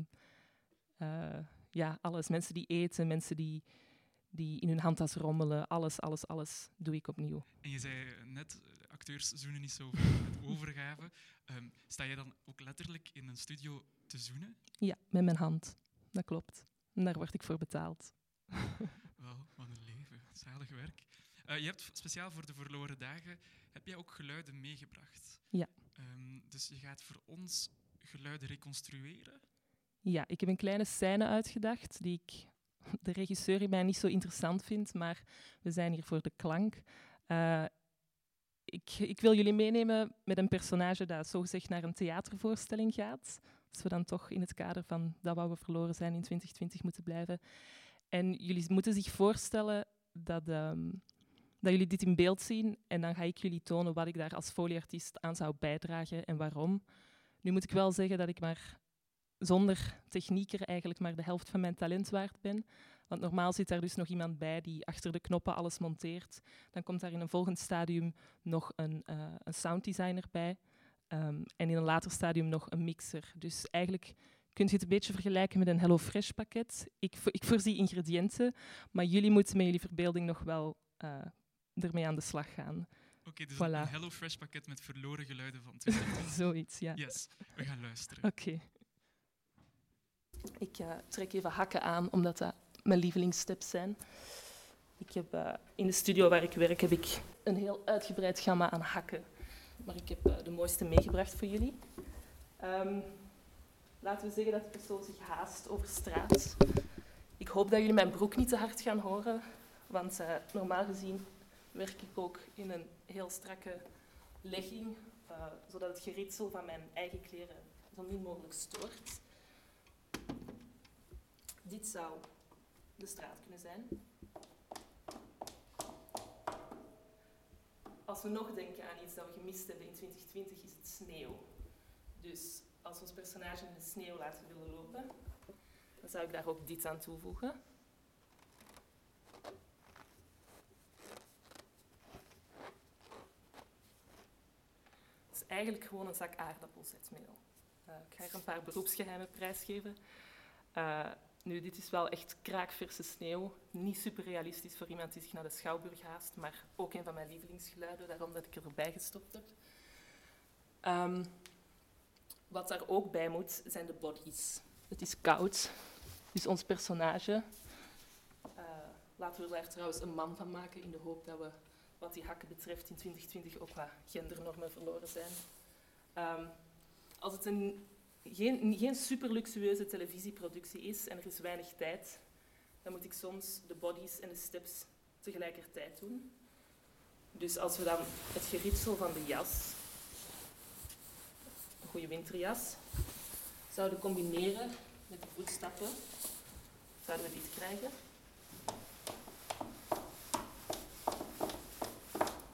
Alles. Mensen die eten, mensen die in hun handtas rommelen, alles doe ik opnieuw. En je zei net, acteurs zoenen niet zoveel met overgave. Sta je dan ook letterlijk in een studio te zoenen? Ja, met mijn hand. Dat klopt. En daar word ik voor betaald. Wel, wat een leven. Zalig werk. Je hebt speciaal voor de verloren dagen heb jij ook geluiden meegebracht. Ja. Dus je gaat voor ons geluiden reconstrueren? Ja, ik heb een kleine scène uitgedacht die de regisseur in mij niet zo interessant vindt, maar we zijn hier voor de klank. Ik wil jullie meenemen met een personage dat zogezegd naar een theatervoorstelling gaat. Als we dan toch in het kader van dat wat we verloren zijn in 2020 moeten blijven. En jullie moeten zich voorstellen dat jullie dit in beeld zien en dan ga ik jullie tonen wat ik daar als folieartiest aan zou bijdragen en waarom. Nu moet ik wel zeggen dat ik maar zonder technieker eigenlijk maar de helft van mijn talent waard ben. Want normaal zit daar dus nog iemand bij die achter de knoppen alles monteert. Dan komt daar in een volgend stadium nog een sounddesigner bij. En in een later stadium nog een mixer. Dus eigenlijk kun je het een beetje vergelijken met een HelloFresh pakket. Ik voorzie ingrediënten, maar jullie moeten met jullie verbeelding nog wel ermee aan de slag gaan. Oké, dus voilà. Een HelloFresh pakket met verloren geluiden van 2020. Zoiets, ja. Yes, we gaan luisteren. Oké. Ik trek even hakken aan, omdat dat mijn lievelingssteps zijn. Ik heb, in de studio waar ik werk heb ik een heel uitgebreid gamma aan hakken. Maar ik heb de mooiste meegebracht voor jullie. Laten we zeggen dat de persoon zich haast over straat. Ik hoop dat jullie mijn broek niet te hard gaan horen, want normaal gezien werk ik ook in een heel strakke legging, zodat het geritsel van mijn eigen kleren zo min mogelijk stoort. Dit zou de straat kunnen zijn. Als we nog denken aan iets dat we gemist hebben in 2020, is het sneeuw. Dus als we ons personage in de sneeuw laten willen lopen, dan zou ik daar ook dit aan toevoegen. Het is eigenlijk gewoon een zak aardappelzetmeel. Ik ga er een paar beroepsgeheimen prijsgeven. Nu, dit is wel echt kraakverse sneeuw. Niet super realistisch voor iemand die zich naar de Schouwburg haast, maar ook een van mijn lievelingsgeluiden, daarom dat ik er erbij gestopt heb. Wat daar ook bij moet, zijn de bodies. Het is koud, dus ons personage... laten we daar trouwens een man van maken, in de hoop dat we, wat die hakken betreft, in 2020 ook wat gendernormen verloren zijn. Als het geen super luxueuze televisieproductie is en er is weinig tijd, dan moet ik soms de bodies en de steps tegelijkertijd doen. Dus als we dan het geritsel van de jas, een goede winterjas, zouden combineren met de voetstappen, zouden we dit krijgen.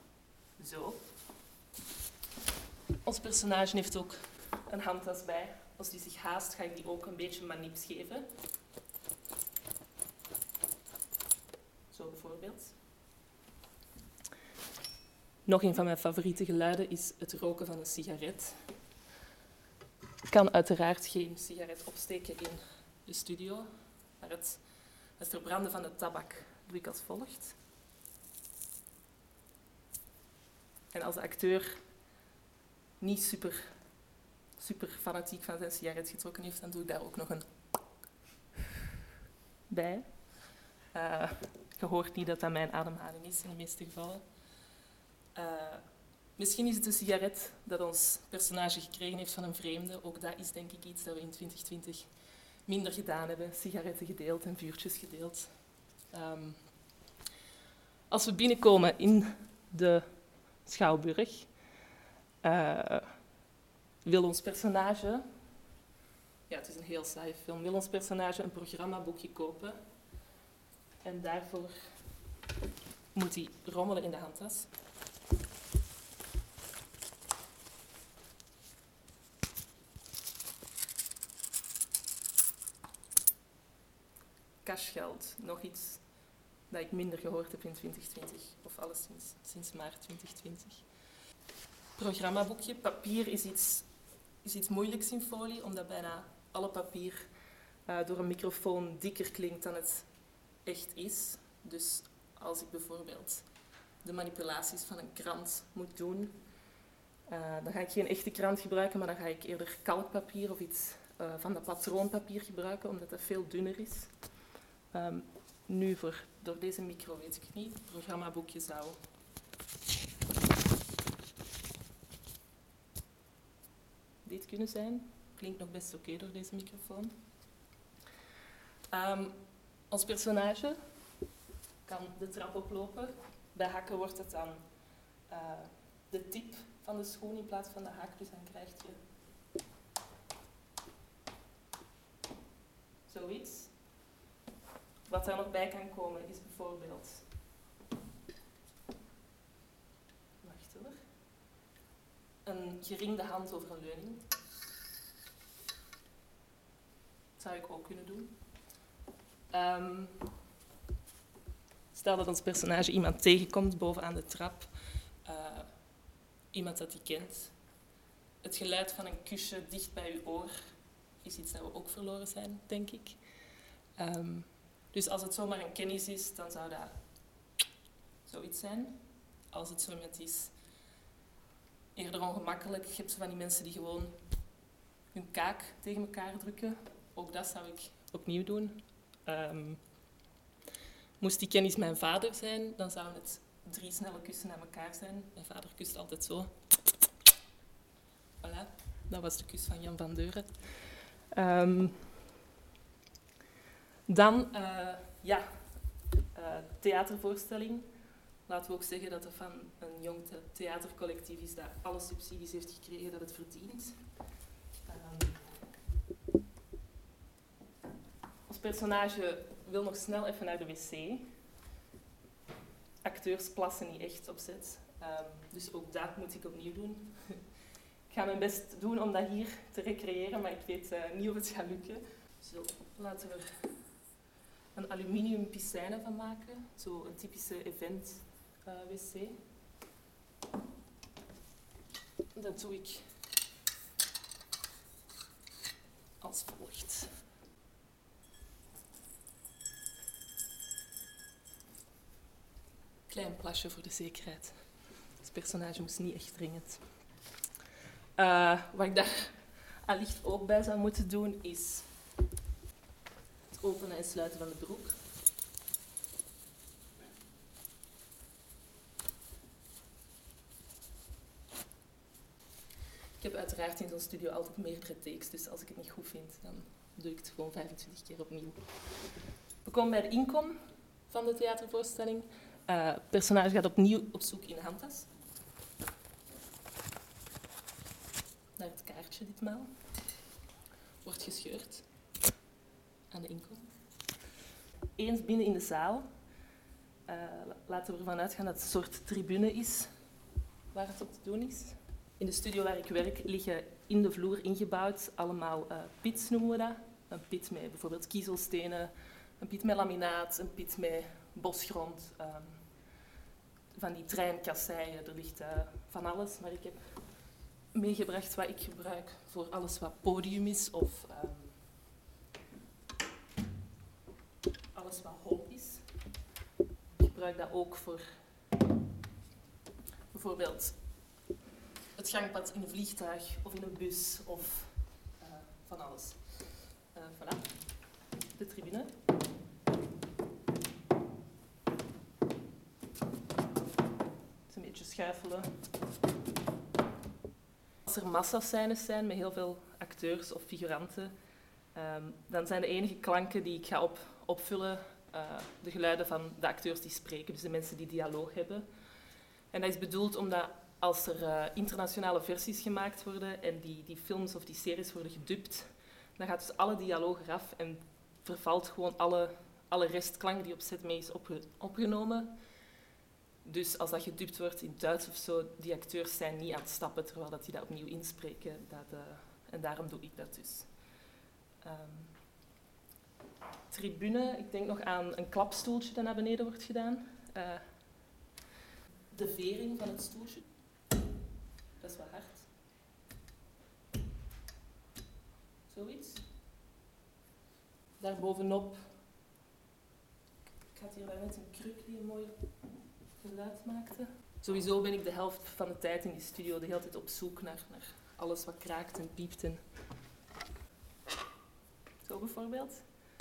Zo. Ons personage heeft ook een handtas bij, Als die zich haast, ga ik die ook een beetje manips geven. Zo bijvoorbeeld. Nog een van mijn favoriete geluiden is het roken van een sigaret. Ik kan uiteraard geen sigaret opsteken in de studio, maar het verbranden van de tabak doe ik als volgt. En als de acteur niet super fanatiek van zijn sigaret getrokken heeft, dan doe ik daar ook nog een bij. Je hoort niet dat dat mijn ademhaling is in de meeste gevallen. Misschien is het een sigaret dat ons personage gekregen heeft van een vreemde. Ook dat is denk ik iets dat we in 2020 minder gedaan hebben. Sigaretten gedeeld en vuurtjes gedeeld. Als we binnenkomen in de Schouwburg, wil ons personage... Ja, het is een heel saaie film. Wil ons personage een programmaboekje kopen. En daarvoor moet hij rommelen in de handtas. Cashgeld, nog iets dat ik minder gehoord heb in 2020, of alleszins sinds maart 2020. Programmaboekje. Papier is iets moeilijks in folie, omdat bijna alle papier door een microfoon dikker klinkt dan het echt is. Dus als ik bijvoorbeeld de manipulaties van een krant moet doen, dan ga ik geen echte krant gebruiken, maar dan ga ik eerder kalkpapier of iets van dat patroonpapier gebruiken, omdat dat veel dunner is. Nu, door deze micro weet ik niet. Het programmaboekje zou dit kunnen zijn. Klinkt nog best oké door deze microfoon. Ons personage kan de trap oplopen. Bij hakken wordt het dan de tip van de schoen in plaats van de hak. Dus dan krijg je zoiets. Wat daar nog bij kan komen is bijvoorbeeld... Wacht hoor. Een geringde hand over een leuning. Dat zou ik ook kunnen doen. Stel dat ons personage iemand tegenkomt bovenaan de trap. Iemand dat hij kent. Het geluid van een kusje dicht bij uw oor is iets dat we ook verloren zijn, denk ik. Dus als het zomaar een kennis is, dan zou dat zoiets zijn. Als het zo iemand is, eerder ongemakkelijk. Je hebt zo van die mensen die gewoon hun kaak tegen elkaar drukken. Ook dat zou ik opnieuw doen. Moest die kennis mijn vader zijn, dan zouden het 3 snelle kussen naar elkaar zijn. Mijn vader kust altijd zo. Voilà, dat was de kus van Jan van Deuren. Dan, theatervoorstelling. Laten we ook zeggen dat er van een jong theatercollectief is dat alle subsidies heeft gekregen dat het verdient. Ons personage wil nog snel even naar de wc. Acteurs plassen niet echt op set, dus ook dat moet ik opnieuw doen. Ik ga mijn best doen om dat hier te recreëren, maar ik weet niet of het gaat lukken. Zo, laten we er een aluminium piscine van maken. Zo een typische event wc. Dat doe ik als volgt. Klein plasje voor de zekerheid. Het personage moest niet echt dringend. Wat ik daar allicht ook bij zou moeten doen, is het openen en sluiten van de broek. Ik heb uiteraard in zo'n studio altijd meerdere takes, dus als ik het niet goed vind, dan doe ik het gewoon 25 keer opnieuw. We komen bij de inkom van de theatervoorstelling. Het personage gaat opnieuw op zoek in de handtas. Naar het kaartje ditmaal. Wordt gescheurd aan de inkom. Eens binnen in de zaal laten we ervan uitgaan dat het een soort tribune is waar het op te doen is. In de studio waar ik werk liggen in de vloer ingebouwd. Allemaal pits noemen we dat. Een pit met bijvoorbeeld kiezelstenen, een pit met laminaat, een pit met bosgrond, van die treinkasseien. Er ligt van alles, maar ik heb meegebracht wat ik gebruik voor alles wat podium is of alles wat hoop is. Ik gebruik dat ook voor bijvoorbeeld het gangpad in een vliegtuig of in een bus of van alles. Voilà, de tribune. Een beetje schuifelen. Als er massascènes zijn met heel veel acteurs of figuranten, dan zijn de enige klanken die ik ga opvullen de geluiden van de acteurs die spreken, dus de mensen die dialoog hebben. En dat is bedoeld omdat als er internationale versies gemaakt worden en die films of die series worden gedubt, dan gaat dus alle dialoog eraf en vervalt gewoon alle restklank die op set mee is opgenomen. Dus als dat gedubt wordt in Duits of zo, die acteurs zijn niet aan het stappen terwijl dat die dat opnieuw inspreken. En daarom doe ik dat dus. Tribune, ik denk nog aan een klapstoeltje dat naar beneden wordt gedaan. De vering van het stoeltje, dat is wat hard. Zoiets. Daarbovenop, ik had hier net een kruk die een mooi geluid maakte. Sowieso ben ik de helft van de tijd in die studio de hele tijd op zoek naar alles wat kraakt en piept. Zo bijvoorbeeld.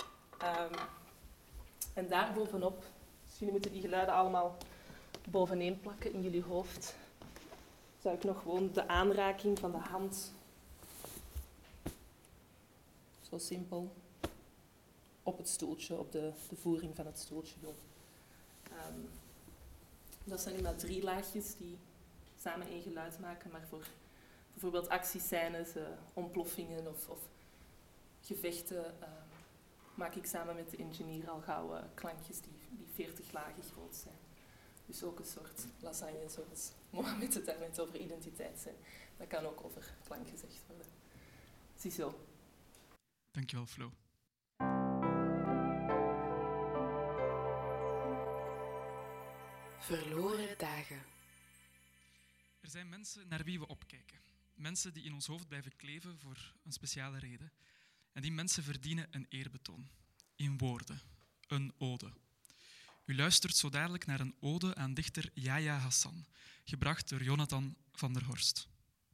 En daarbovenop, dus jullie moeten die geluiden allemaal boveneen plakken in jullie hoofd. Zou ik nog gewoon de aanraking van de hand, zo simpel, op het stoeltje, op de voering van het stoeltje doen. Dat zijn nu maar 3 laagjes die samen één geluid maken, maar voor bijvoorbeeld actiescènes, ontploffingen of gevechten maak ik samen met de engineer al gauw klankjes die 40 lagen groot zijn. Dus ook een soort lasagne, zoals Mohammed het daarnet over identiteit zei. Dat kan ook over klank gezegd worden. Ziezo. Dankjewel, Flo. Verloren dagen. Er zijn mensen naar wie we opkijken. Mensen die in ons hoofd blijven kleven voor een speciale reden. En die mensen verdienen een eerbetoon. In woorden. Een ode. U luistert zo dadelijk naar een ode aan dichter Yahya Hassan, gebracht door Jonathan van der Horst.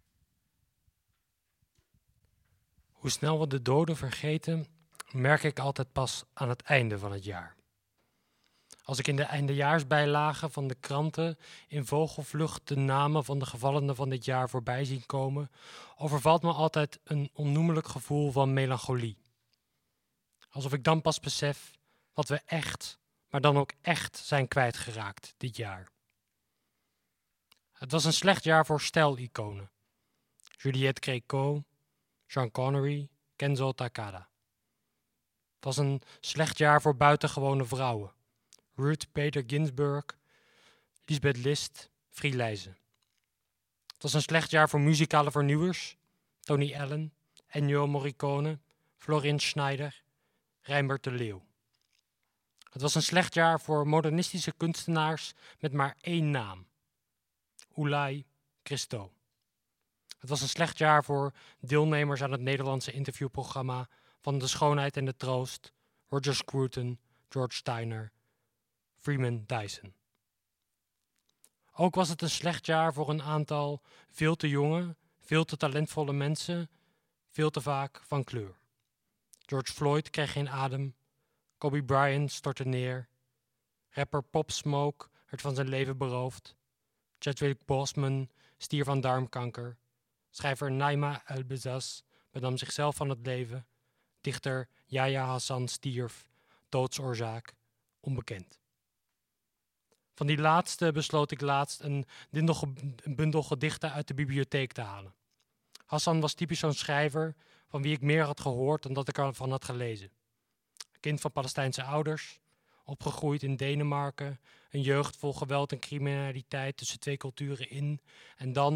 Hoe snel we de doden vergeten, merk ik altijd pas aan het einde van het jaar. Als ik in de eindejaarsbijlagen van de kranten in vogelvlucht de namen van de gevallenen van dit jaar voorbij zien komen, overvalt me altijd een onnoemelijk gevoel van melancholie. Alsof ik dan pas besef wat we echt, maar dan ook echt zijn kwijtgeraakt dit jaar. Het was een slecht jaar voor stijliconen. Juliette Gréco, Sean Connery, Kenzo Takada. Het was een slecht jaar voor buitengewone vrouwen. Ruth Bader Ginsburg, Lisbeth List, Free Leijzen. Het was een slecht jaar voor muzikale vernieuwers. Tony Allen, Ennio Morricone, Florin Schneider, Rijnbert de Leeuw. Het was een slecht jaar voor modernistische kunstenaars met maar 1 naam. Oulay Christou. Het was een slecht jaar voor deelnemers aan het Nederlandse interviewprogramma Van de Schoonheid en de Troost, Roger Scruton, George Steiner, Freeman Dyson. Ook was het een slecht jaar voor een aantal veel te jonge, veel te talentvolle mensen, veel te vaak van kleur. George Floyd kreeg geen adem, Kobe Bryant stortte neer, rapper Pop Smoke werd van zijn leven beroofd, Chadwick Boseman stierf aan darmkanker, schrijver Naima El-Bezaz benam zichzelf van het leven, dichter Yahya Hassan stierf, doodsoorzaak onbekend. Van die laatste besloot ik laatst een bundel gedichten uit de bibliotheek te halen. Hassan was typisch zo'n schrijver van wie ik meer had gehoord dan dat ik ervan had gelezen. Kind van Palestijnse ouders, opgegroeid in Denemarken, een jeugd vol geweld en criminaliteit tussen 2 culturen in en dan,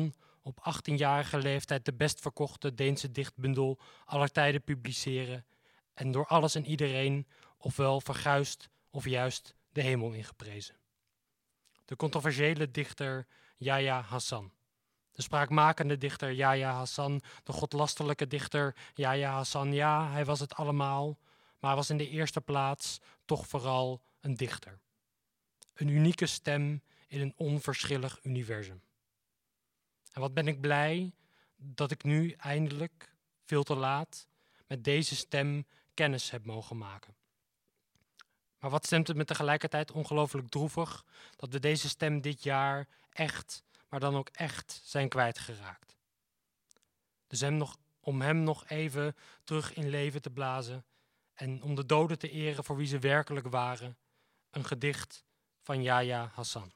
op 18-jarige leeftijd de best verkochte Deense dichtbundel aller tijden publiceren en door alles en iedereen ofwel verguisd of juist de hemel ingeprezen. De controversiële dichter Yahya Hassan. De spraakmakende dichter Yahya Hassan, de godlasterlijke dichter Yahya Hassan. Ja, hij was het allemaal, maar hij was in de eerste plaats toch vooral een dichter. Een unieke stem in een onverschillig universum. En wat ben ik blij dat ik nu eindelijk, veel te laat, met deze stem kennis heb mogen maken. Maar wat stemt het me tegelijkertijd ongelooflijk droevig dat we deze stem dit jaar echt, maar dan ook echt zijn kwijtgeraakt. Dus om hem nog even terug in leven te blazen en om de doden te eren voor wie ze werkelijk waren, een gedicht van Yahya Hassan.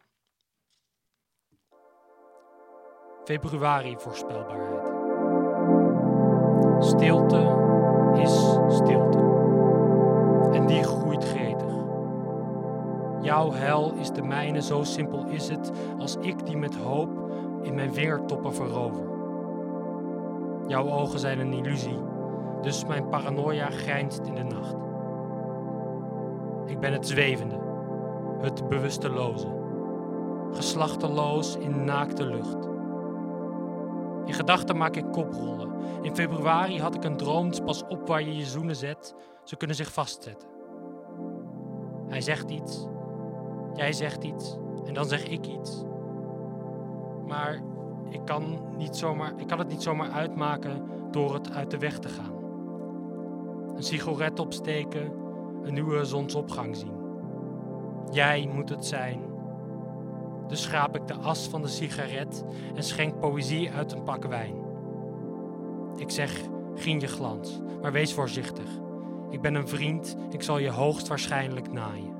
Februari voorspelbaarheid. Stilte is stilte. En die groeit gretig. Jouw hel is de mijne, zo simpel is het, als ik die met hoop in mijn vingertoppen verover. Jouw ogen zijn een illusie, dus mijn paranoia grijnst in de nacht. Ik ben het zwevende, het bewusteloze, geslachteloos in naakte lucht. In gedachten maak ik koprollen. In februari had ik een droom, pas op waar je je zoenen zet, ze kunnen zich vastzetten. Hij zegt iets, jij zegt iets en dan zeg ik iets. Maar ik kan het niet zomaar uitmaken door het uit de weg te gaan. Een sigaret opsteken, een nieuwe zonsopgang zien. Jij moet het zijn. Dus schraap ik de as van de sigaret en schenk poëzie uit een pak wijn. Ik zeg, gien je glans, maar wees voorzichtig. Ik ben een vriend, ik zal je hoogstwaarschijnlijk naaien.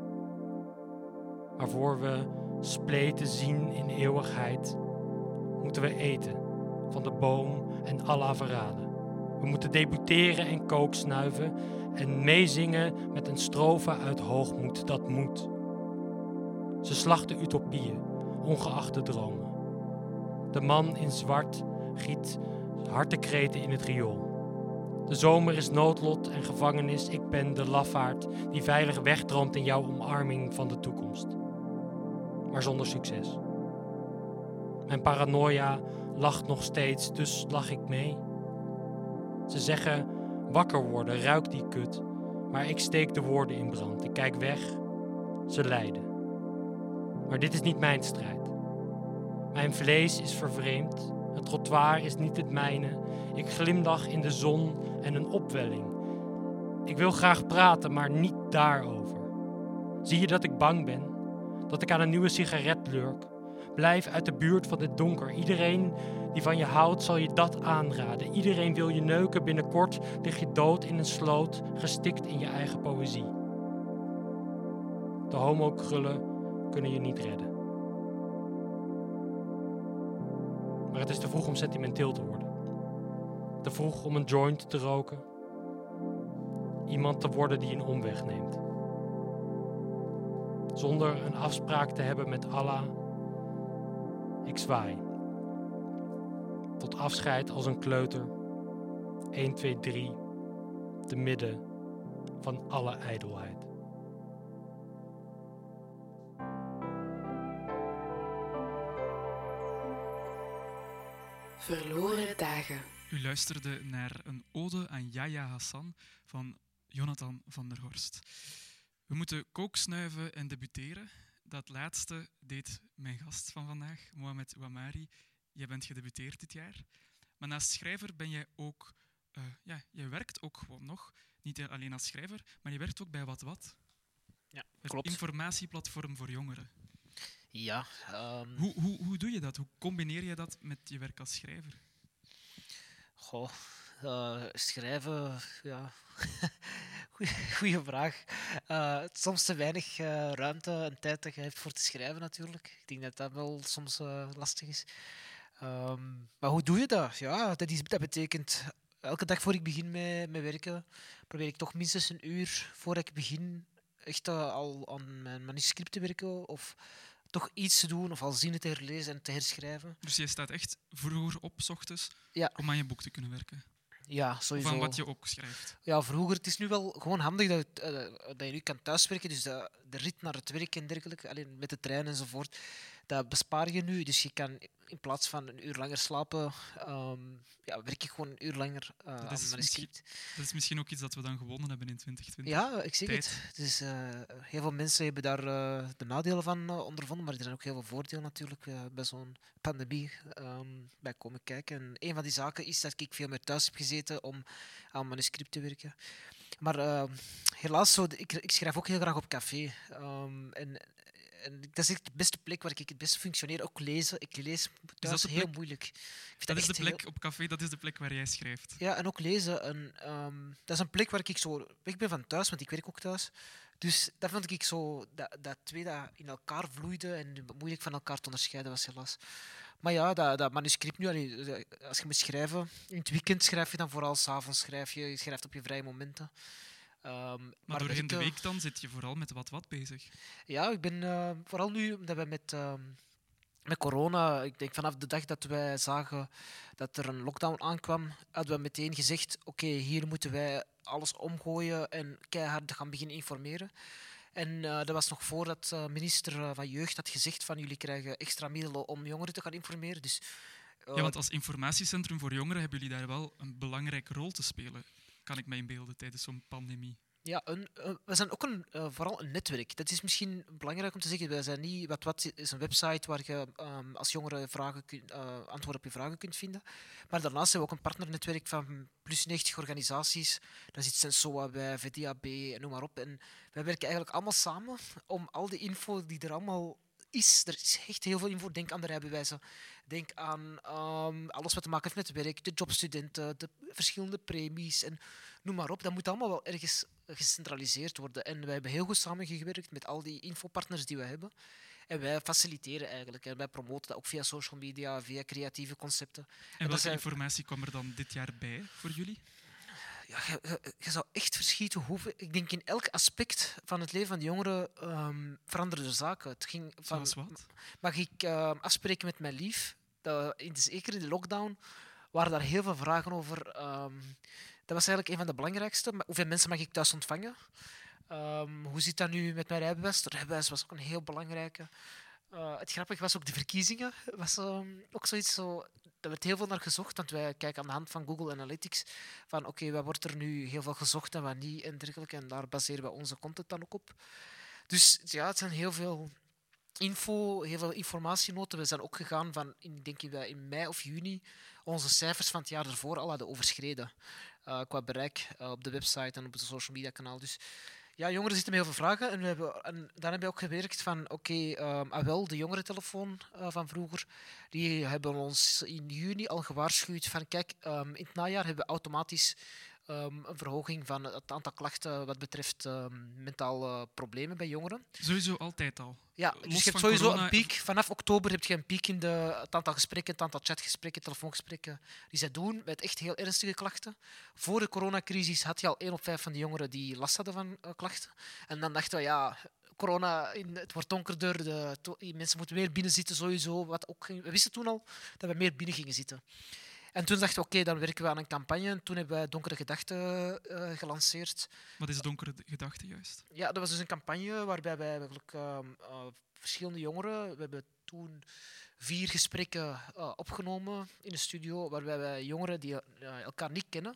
Maar voor we spleten zien in eeuwigheid, moeten we eten van de boom en Allah verraden. We moeten debuteren en kook snuiven en meezingen met een strofe uit hoogmoed, dat moet. Ze slachten utopieën, ongeacht de dromen. De man in zwart giet hartekreten in het riool. De zomer is noodlot en gevangenis. Ik ben de lafaard die veilig wegdroomt in jouw omarming van de toekomst. Maar zonder succes. Mijn paranoia lacht nog steeds, dus lach ik mee. Ze zeggen, wakker worden, ruik die kut. Maar ik steek de woorden in brand. Ik kijk weg, ze lijden. Maar dit is niet mijn strijd. Mijn vlees is vervreemd. Het trottoir is niet het mijne. Ik glimlach in de zon en een opwelling. Ik wil graag praten, maar niet daarover. Zie je dat ik bang ben? Dat ik aan een nieuwe sigaret lurk? Blijf uit de buurt van dit donker. Iedereen die van je houdt zal je dat aanraden. Iedereen wil je neuken. Binnenkort lig je dood in een sloot, gestikt in je eigen poëzie. De homokrullen kunnen je niet redden. Maar het is te vroeg om sentimenteel te worden. Te vroeg om een joint te roken. Iemand te worden die een omweg neemt. Zonder een afspraak te hebben met Allah. Ik zwaai. Tot afscheid als een kleuter. 1, 2, 3. Te midden van alle ijdelheid. Verloren dagen. U luisterde naar een ode aan Yahya Hassan van Jonathan van der Horst. We moeten kooksnuiven en debuteren. Dat laatste deed mijn gast van vandaag, Mohamed Ouamari. Jij bent gedebuteerd dit jaar. Maar naast schrijver ben jij ook... je werkt ook gewoon nog. Niet alleen als schrijver, maar je werkt ook bij Wat. Ja, het klopt. Informatieplatform voor jongeren. Ja. Hoe doe je dat? Hoe combineer je dat met je werk als schrijver? Goh, schrijven, ja. Goeie vraag. Soms te weinig ruimte en tijd dat je hebt voor te schrijven natuurlijk. Ik denk dat dat wel soms lastig is. Maar hoe doe je dat? Ja, dat betekent elke dag voor ik begin met werken, probeer ik toch minstens een uur voordat ik begin echt al aan mijn manuscript te werken of toch iets te doen, of al zinnen te herlezen en te herschrijven. Dus jij staat echt vroeger op, 's ochtends, Ja. om aan je boek te kunnen werken. Ja, Of sowieso. aan wat je ook schrijft. Ja, vroeger. Het is nu wel gewoon handig dat je nu kan thuiswerken. Dus de rit naar het werk en dergelijke, alleen met de trein enzovoort, dat bespaar je nu. Dus je kan in plaats van een uur langer slapen, werk je gewoon een uur langer aan is mijn script. Dat is misschien ook iets dat we dan gewonnen hebben in 2020. Ja, ik zeg Tijd. het. Dus, heel veel mensen hebben daar de nadelen van ondervonden, maar er zijn ook heel veel voordelen natuurlijk bij zo'n pandemie bij komen kijken. En een van die zaken is dat ik veel meer thuis heb gezeten om aan mijn script te werken. Maar helaas, ik schrijf ook heel graag op café. En dat is echt de beste plek waar ik het beste functioneer. Ook lezen. Ik lees thuis de heel plek? moeilijk. Ik vind Dat is de echt plek op café, dat is de plek waar jij schrijft. ja, en ook lezen. En, dat is een plek waar ik zo weg ben van thuis, want ik werk ook thuis. Dus dat vond ik zo, dat twee dat in elkaar vloeiden en moeilijk van elkaar te onderscheiden was, helaas. Maar ja, dat manuscript nu, als je moet schrijven, in het weekend schrijf je dan vooral, 's avonds schrijf je schrijft op je vrije momenten. Maar doorheen de werken- week dan zit je vooral met wat bezig. Ja, ik ben vooral nu, omdat we met corona, ik denk vanaf de dag dat wij zagen dat er een lockdown aankwam, hadden we meteen gezegd, oké, hier moeten wij alles omgooien en keihard gaan beginnen informeren. En dat was nog voordat de minister van Jeugd had gezegd van jullie krijgen extra middelen om jongeren te gaan informeren. Dus, Ja, want als informatiecentrum voor jongeren hebben jullie daar wel een belangrijke rol te spelen, kan ik mij inbeelden, tijdens zo'n pandemie. ja, we zijn ook vooral een netwerk. Dat is misschien belangrijk om te zeggen. Wij zijn niet, wat is een website waar je als jongere antwoorden op je vragen kunt vinden. Maar daarnaast hebben we ook een partnernetwerk van plus 90 organisaties. Daar zit Sensoa bij, VDAB en noem maar op. En wij werken eigenlijk allemaal samen om al die info die er allemaal is. Er is echt heel veel info. Denk aan de rijbewijzen. Denk aan alles wat te maken heeft met werk, de jobstudenten, de verschillende premies en noem maar op. Dat moet allemaal wel ergens gecentraliseerd worden. En wij hebben heel goed samengewerkt met al die infopartners die we hebben. En wij faciliteren eigenlijk. En wij promoten dat ook via social media, via creatieve concepten. En welke zijn- informatie kwam er dan dit jaar bij voor jullie? Ja, je zou echt verschieten hoeveel. Ik denk in elk aspect van het leven van de jongeren veranderen er zaken. Het ging van, Zoals wat? mag ik afspreken met mijn lief? Zeker in de lockdown waren daar heel veel vragen over. Dat was eigenlijk een van de belangrijkste. Maar hoeveel mensen mag ik thuis ontvangen? Hoe zit dat nu met mijn rijbewijs? De rijbewijs was ook een heel belangrijke. Het grappige was ook de verkiezingen. Was ook zoiets zo. Er werd heel veel naar gezocht, want wij kijken aan de hand van Google Analytics van oké, wat wordt er nu heel veel gezocht en wat niet en dergelijke. En daar baseren we onze content dan ook op. Dus ja, het zijn heel veel info, heel veel informatienoten. We zijn ook gegaan van, ik denk in mei of juni, onze cijfers van het jaar ervoor al hadden overschreden. Qua bereik op de website en op het social media kanaal. Dus ja, jongeren zitten met heel veel vragen. En dan hebben we ook gewerkt van, oké, de jongerentelefoon van vroeger, die hebben ons in juni al gewaarschuwd van, kijk, in het najaar hebben we automatisch een verhoging van het aantal klachten wat betreft mentale problemen bij jongeren. Sowieso altijd al. Ja, Los dus je hebt van sowieso corona- een piek. Vanaf oktober heb je een piek in het aantal gesprekken, het aantal chatgesprekken, telefoongesprekken die zij doen met echt heel ernstige klachten. Voor de coronacrisis had je al 1 op 5 van de jongeren die last hadden van klachten. En dan dachten we, ja, corona, het wordt donkerder, mensen moeten meer binnen zitten sowieso. We wisten toen al dat we meer binnen gingen zitten. En toen dachten we, oké, dan werken we aan een campagne. En toen hebben wij Donkere Gedachten gelanceerd. Wat is donkere gedachte juist? Ja, dat was dus een campagne waarbij wij eigenlijk verschillende jongeren... We hebben toen 4 gesprekken opgenomen in de studio, waarbij wij jongeren die elkaar niet kennen,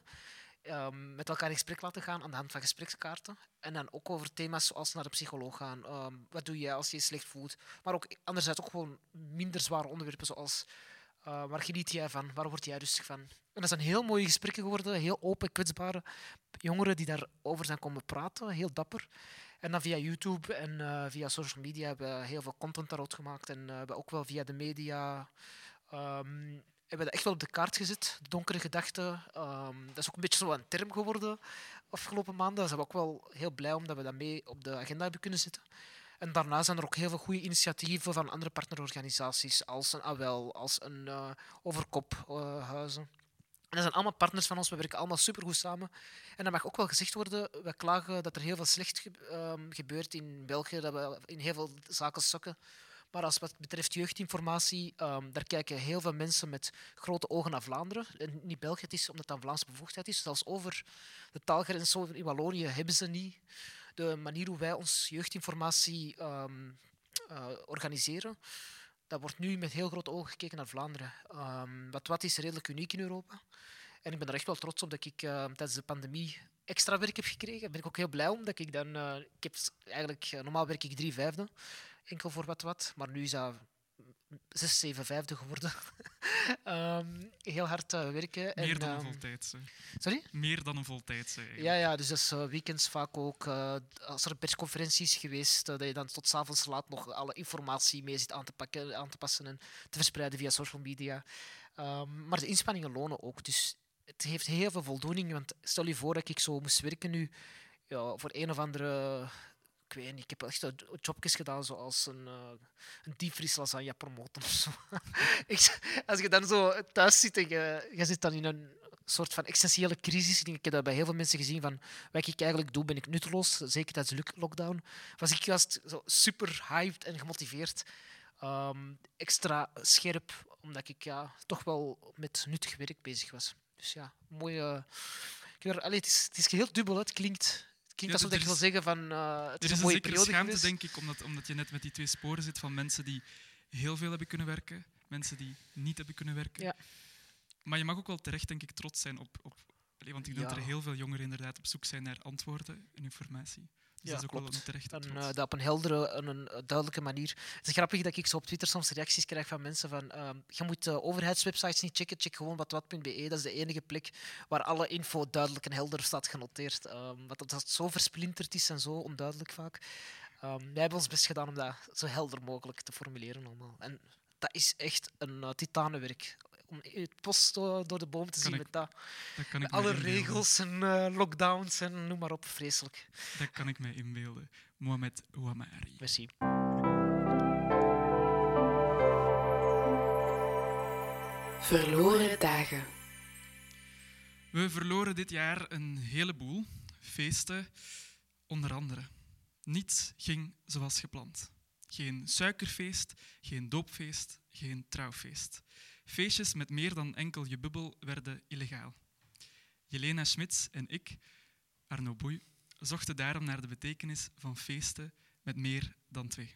met elkaar in gesprek laten gaan aan de hand van gesprekskaarten. En dan ook over thema's zoals naar de psycholoog gaan. Wat doe jij als je je slecht voelt? Maar ook anderzijds ook gewoon minder zware onderwerpen zoals... waar geniet jij van? Waar word jij rustig van? En dat zijn heel mooie gesprekken geworden, heel open, kwetsbare jongeren die daarover zijn komen praten, heel dapper. En dan via YouTube en via social media hebben we heel veel content daaruit gemaakt. En hebben ook wel via de media hebben we dat echt wel op de kaart gezet, de Donkere Gedachten. Dat is ook een beetje zo een term geworden afgelopen maanden. Daar zijn we ook wel heel blij om dat we dat mee op de agenda hebben kunnen zetten. En daarna zijn er ook heel veel goede initiatieven van andere partnerorganisaties, als een AWEL, als een Overkophuizen. En dat zijn allemaal partners van ons, we werken allemaal supergoed samen. En dat mag ook wel gezegd worden, we klagen dat er heel veel slecht gebeurt in België, dat we in heel veel zaken sokken. Maar als wat betreft jeugdinformatie, daar kijken heel veel mensen met grote ogen naar Vlaanderen. En niet België, het is omdat dat een Vlaamse bevoegdheid is. Zelfs over de taalgrens zo in Wallonië hebben ze niet de manier hoe wij ons jeugdinformatie organiseren. Dat wordt nu met heel grote ogen gekeken naar Vlaanderen. Wat is redelijk uniek in Europa. En ik ben er echt wel trots op dat ik tijdens de pandemie extra werk heb gekregen. Daar ben ik ook heel blij om. Dat ik dan, normaal werk ik 3/5, enkel voor wat. Maar nu is dat 6/7 geworden. Heel hard werken. Meer dan een voltijdse. Sorry? Meer dan een voltijdse, eigenlijk. Ja, dus dat is weekends vaak ook. Als er een persconferentie is geweest, dat je dan tot 's avonds laat nog alle informatie mee zit aan te passen en te verspreiden via social media. Maar de inspanningen lonen ook. Dus het heeft heel veel voldoening. Want stel je voor dat ik zo moest werken nu voor een of andere... Ik weet niet, ik heb echt jobjes gedaan zoals een diepvrieslasagne promoten of zo. Als je dan zo thuis zit en je zit dan in een soort van existentiële crisis. Ik heb dat bij heel veel mensen gezien van wat ik eigenlijk doe, ben ik nutteloos. Zeker tijdens de lockdown. Was ik juist zo super hyped en gemotiveerd. Extra scherp, omdat ik toch wel met nuttig werk bezig was. Dus ja, mooi. Het is heel dubbel, het klinkt alsof ik wil zeggen van het is een mooie periode schaamte, geweest. denk ik, omdat je net met die twee sporen zit van mensen die heel veel hebben kunnen werken, mensen die niet hebben kunnen werken. Ja. Maar je mag ook wel terecht, denk ik, trots zijn op want ik denk dat er heel veel jongeren inderdaad op zoek zijn naar antwoorden en informatie. Dus dat is ook wel een terechte trots. Dat op een heldere en een duidelijke manier. Het is grappig dat ik zo op Twitter soms reacties krijg van mensen van je moet overheidswebsites niet checken, check gewoon wat.be. Dat is de enige plek waar alle info duidelijk en helder staat genoteerd. Dat het zo versplinterd is en zo onduidelijk vaak. Wij hebben ons best gedaan om dat zo helder mogelijk te formuleren allemaal. En dat is echt een titanenwerk. Om het post door de boom te zien met dat. Met alle regels en lockdowns en noem maar op. Vreselijk. Dat kan ik mij inbeelden. Mohamed Ouamari. Merci. Verloren dagen. We verloren dit jaar een heleboel feesten, onder andere. Niets ging zoals gepland. Geen suikerfeest, geen doopfeest, geen trouwfeest. Feestjes met meer dan enkel je bubbel werden illegaal. Jelena Smits en ik, Arno Boei, zochten daarom naar de betekenis van feesten met meer dan 2.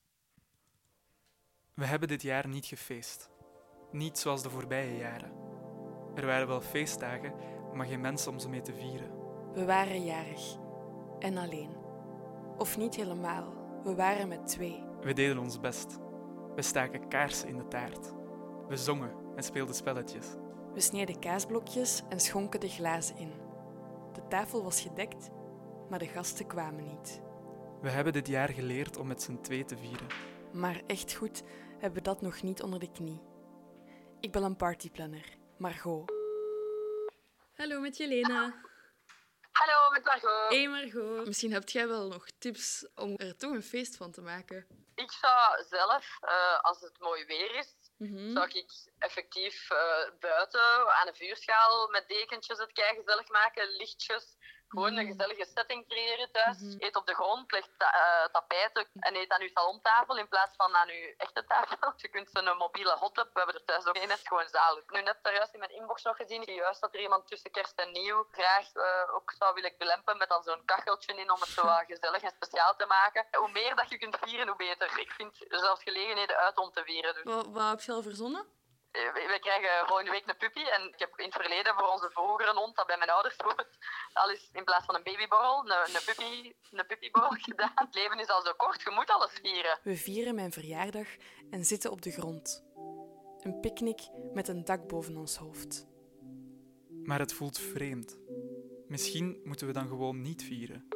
We hebben dit jaar niet gefeest. Niet zoals de voorbije jaren. Er waren wel feestdagen, maar geen mensen om ze mee te vieren. We waren jarig. En alleen. Of niet helemaal. We waren met 2. We deden ons best. We staken kaarsen in de taart. We zongen en speelden spelletjes. We sneden kaasblokjes en schonken de glazen in. De tafel was gedekt, maar de gasten kwamen niet. We hebben dit jaar geleerd om met z'n 2 te vieren. Maar echt goed hebben we dat nog niet onder de knie. Ik ben een partyplanner, Margot. Hallo, met Jelena. Hallo, met Margot. Hey Margot. Misschien hebt jij wel nog tips om er toch een feest van te maken. Ik zou zelf, als het mooi weer is, zou ik effectief buiten aan een vuurschaal met dekentjes het kei gezellig maken, lichtjes. Gewoon een gezellige setting creëren thuis. Eet op de grond, leg tapijten en eet aan uw salontafel in plaats van aan uw echte tafel. Je kunt een mobiele hot-tub, we hebben er thuis ook een, het is gewoon zalig. Nu net juist in mijn inbox nog gezien, juist dat er iemand tussen kerst en nieuw graag ook zou willen belempen met dan zo'n kacheltje in om het zo gezellig en speciaal te maken. Hoe meer dat je kunt vieren, hoe beter. Ik vind zelfs gelegenheden uit om te vieren. Dus. Wat heb je al verzonnen? We krijgen volgende week een puppy en ik heb in het verleden voor onze vroegere hond, dat bij mijn ouders woont, al is in plaats van een babyborrel een puppyborrel gedaan. Het leven is al zo kort, je moet alles vieren. We vieren mijn verjaardag en zitten op de grond. Een picknick met een dak boven ons hoofd. Maar het voelt vreemd. Misschien moeten we dan gewoon niet vieren.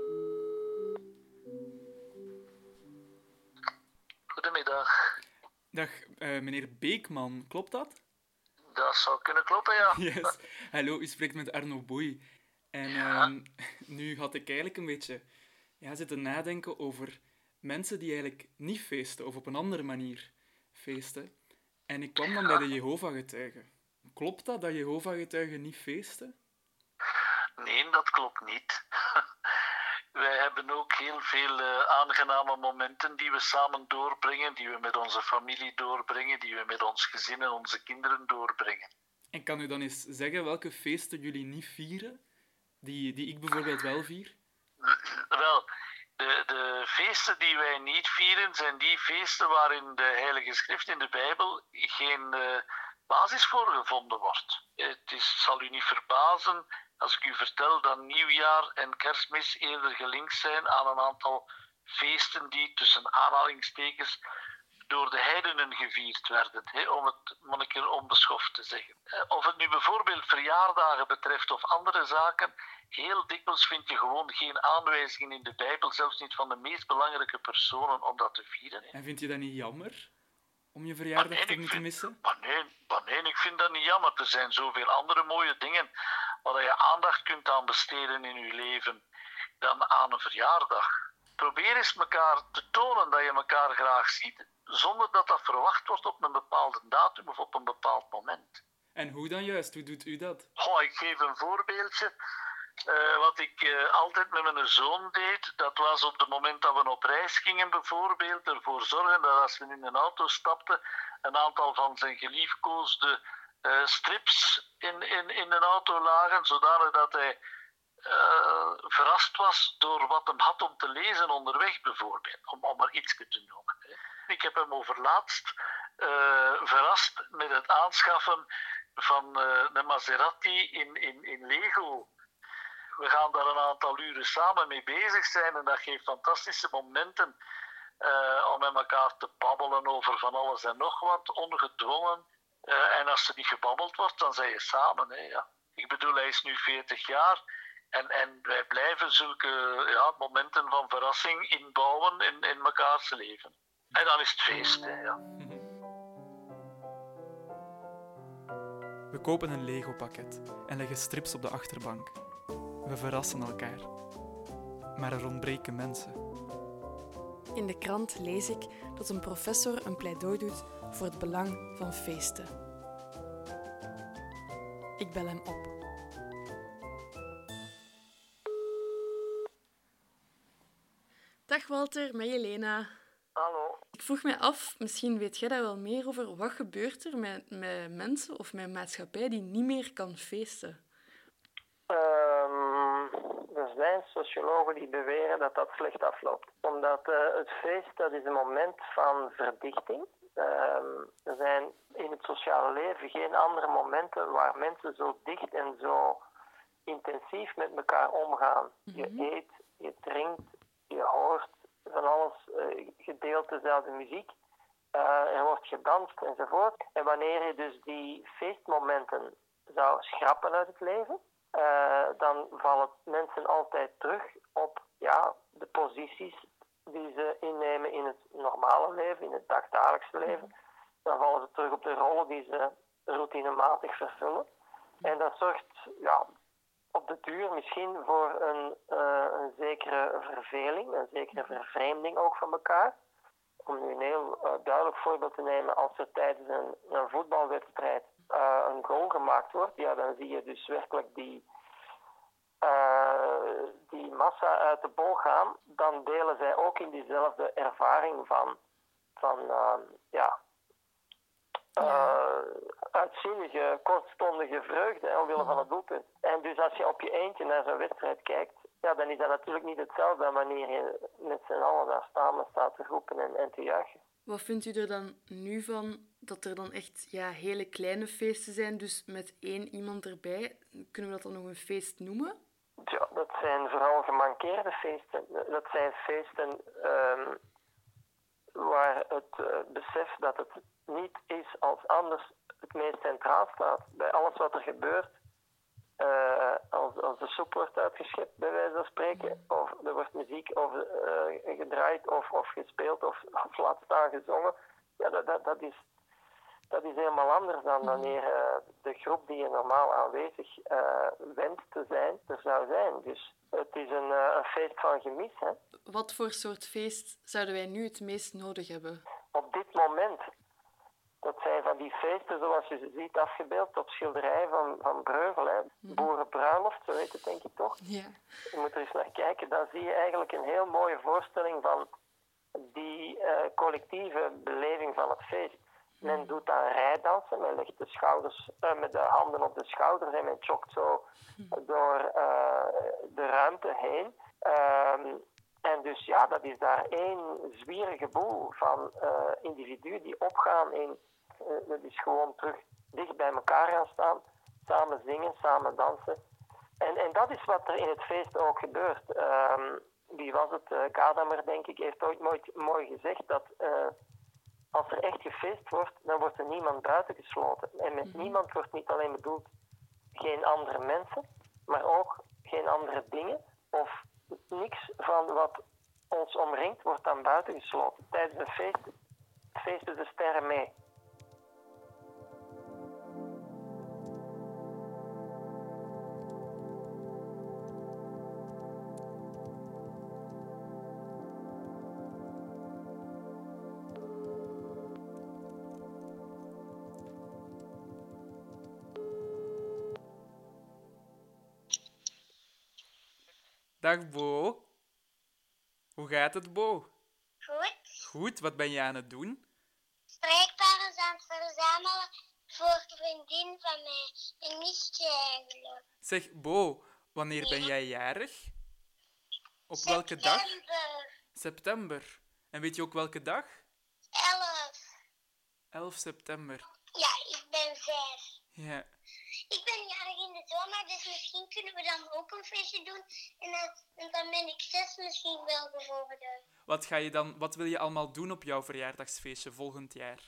Goedemiddag. Dag, meneer Beekman, klopt dat? Dat zou kunnen kloppen, ja. Yes. Hallo, u spreekt met Arno Boei. En nu had ik eigenlijk een beetje zitten nadenken over mensen die eigenlijk niet feesten of op een andere manier feesten. En ik kwam dan bij de Jehovah-getuigen. Klopt dat Jehovah-getuigen niet feesten? Nee, dat klopt niet. Wij hebben ook heel veel aangename momenten die we samen doorbrengen, die we met onze familie doorbrengen, die we met ons gezin en onze kinderen doorbrengen. En kan u dan eens zeggen welke feesten jullie niet vieren, die ik bijvoorbeeld wel vier? Wel, de feesten die wij niet vieren zijn die feesten waarin de Heilige Schrift in de Bijbel geen basis voor gevonden wordt. Zal u niet verbazen als ik u vertel dat Nieuwjaar en Kerstmis eerder gelinkt zijn aan een aantal feesten die tussen aanhalingstekens door de heidenen gevierd werden, om het maar een keer onbeschoft te zeggen. Of het nu bijvoorbeeld verjaardagen betreft of andere zaken, heel dikwijls vind je gewoon geen aanwijzingen in de Bijbel, zelfs niet van de meest belangrijke personen, om dat te vieren. En vind je dat niet jammer, om je verjaardag toch niet te missen? Nee, ik vind dat niet jammer. Er zijn zoveel andere mooie dingen waar je aandacht kunt aan besteden in je leven dan aan een verjaardag. Probeer eens elkaar te tonen dat je elkaar graag ziet, zonder dat dat verwacht wordt op een bepaalde datum of op een bepaald moment. En hoe dan juist? Hoe doet u dat? Ik geef een voorbeeldje. Wat ik altijd met mijn zoon deed, dat was op het moment dat we op reis gingen bijvoorbeeld, ervoor zorgen dat als we in een auto stapten, een aantal van zijn geliefkoosde strips in een auto lagen, zodanig dat hij verrast was door wat hem had om te lezen onderweg bijvoorbeeld, om maar iets te noemen. Ik heb hem overlaatst verrast met het aanschaffen van een Maserati in Lego. We gaan daar een aantal uren samen mee bezig zijn en dat geeft fantastische momenten om met elkaar te babbelen over van alles en nog wat, ongedwongen. En als er niet gebabbeld wordt, dan zijn je samen. Ja. Ik bedoel, hij is nu 40 jaar en wij blijven zulke momenten van verrassing inbouwen in mekaars leven. En dan is het feest. Ja. We kopen een Lego-pakket en leggen strips op de achterbank. We verrassen elkaar. Maar er ontbreken mensen. In de krant lees ik dat een professor een pleidooi doet voor het belang van feesten. Ik bel hem op. Dag Walter, met Jelena. Hallo. Ik vroeg mij af, misschien weet jij daar wel meer over, wat gebeurt er met mensen of met een maatschappij die niet meer kan feesten? Er zijn sociologen die beweren dat dat slecht afloopt. Omdat het feest, dat is een moment van verdichting. Er zijn in het sociale leven geen andere momenten waar mensen zo dicht en zo intensief met elkaar omgaan. Je eet, je drinkt, je hoort van alles, je deelt dezelfde muziek. Er wordt gedanst enzovoort. En wanneer je dus die feestmomenten zou schrappen uit het leven, dan vallen mensen altijd terug op de posities die ze innemen in het normale leven, in het dagdagelijkse leven. Dan vallen ze terug op de rollen die ze routinematig vervullen. En dat zorgt op de duur misschien voor een zekere verveling, een zekere vervreemding ook van elkaar. Om nu een heel duidelijk voorbeeld te nemen, als er tijdens een voetbalwedstrijd een goal gemaakt wordt, dan zie je dus werkelijk die massa uit de bol gaan. Dan delen zij ook in diezelfde ervaring van uitzinnige, kortstondige vreugde omwille van het doelpunt. En dus als je op je eentje naar zo'n wedstrijd kijkt, dan is dat natuurlijk niet hetzelfde dan wanneer je met z'n allen daar samen staat te roepen en te juichen. Wat vindt u er dan nu van dat er dan echt hele kleine feesten zijn, dus met 1 iemand erbij? Kunnen we dat dan nog een feest noemen? Ja, dat zijn vooral gemankeerde feesten. Dat zijn feesten waar het besef dat het niet is als anders het meest centraal staat. Bij alles wat er gebeurt, als de soep wordt uitgeschept, bij wijze van spreken, of er wordt muziek gedraaid of gespeeld of laat staan gezongen, dat is helemaal anders dan wanneer de groep die je normaal aanwezig wenst te zijn, er zou zijn. Dus het is een feest van gemis. Hè? Wat voor soort feest zouden wij nu het meest nodig hebben? Op dit moment Dat zijn van die feesten zoals je ze ziet afgebeeld op schilderijen van Breuvel. Hè. Boerenbruiloft, zo heet het denk ik toch? Ja. Je moet er eens naar kijken. Dan zie je eigenlijk een heel mooie voorstelling van die collectieve beleving van het feest. Men doet dan rijdansen, men legt de schouders met de handen op de schouders en men jogt zo door de ruimte heen. En dus ja, dat is daar één zwierige boel van individuen die opgaan in, dat is gewoon terug dicht bij elkaar gaan staan, samen zingen, samen dansen. En dat is wat er in het feest ook gebeurt. Wie was het? Gadamer, denk ik, heeft ooit mooi gezegd dat als er echt gefeest wordt, dan wordt er niemand buitengesloten. En met niemand wordt niet alleen bedoeld geen andere mensen, maar ook geen andere dingen of niks van wat ons omringt wordt dan buitengesloten. Tijdens een feest feesten de sterren mee. Dag Bo. Hoe gaat het, Bo? Goed. Goed, wat ben je aan het doen? Strijkparels aan het verzamelen voor een vriendin van mij. Een nichtje eigenlijk. Zeg, Bo, wanneer ben jij jarig? Op welke dag? September. En weet je ook welke dag? 11. 11 september. Ja, ik ben 5. Ja. Ik ben jarig in de zomer, dus misschien kunnen we dan ook een feestje doen. En dan ben ik 6 misschien wel geworden. Wat wil je allemaal doen op jouw verjaardagsfeestje volgend jaar?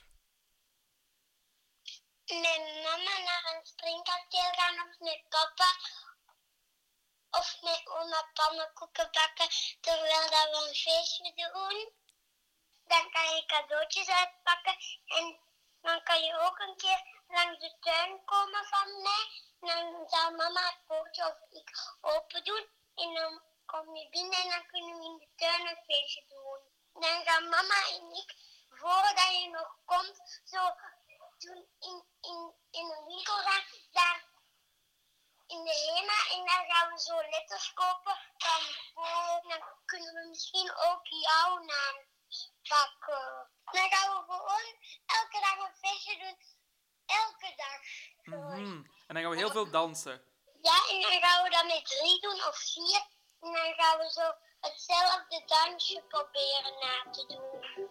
Met mama naar een springkasteel gaan of met papa. Of met oma pannenkoeken bakken terwijl dat we een feestje doen. Dan kan je cadeautjes uitpakken en dan kan je ook een keer langs de tuin komen van mij. En dan zal mama het poortje of ik open doen. En dan kom je binnen en dan kunnen we in de tuin een feestje doen. Dan gaan mama en ik, voordat je nog komt, zo doen in een winkel gaan, daar in de HEMA. En dan gaan we zo letters kopen van boven. Dan kunnen we misschien ook jouw naam pakken. Dan gaan we gewoon elke dag een feestje doen. Elke dag. En dan gaan we heel veel dansen. Ja, en dan gaan we dat met 3 doen of 4. En dan gaan we zo hetzelfde dansje proberen na te doen.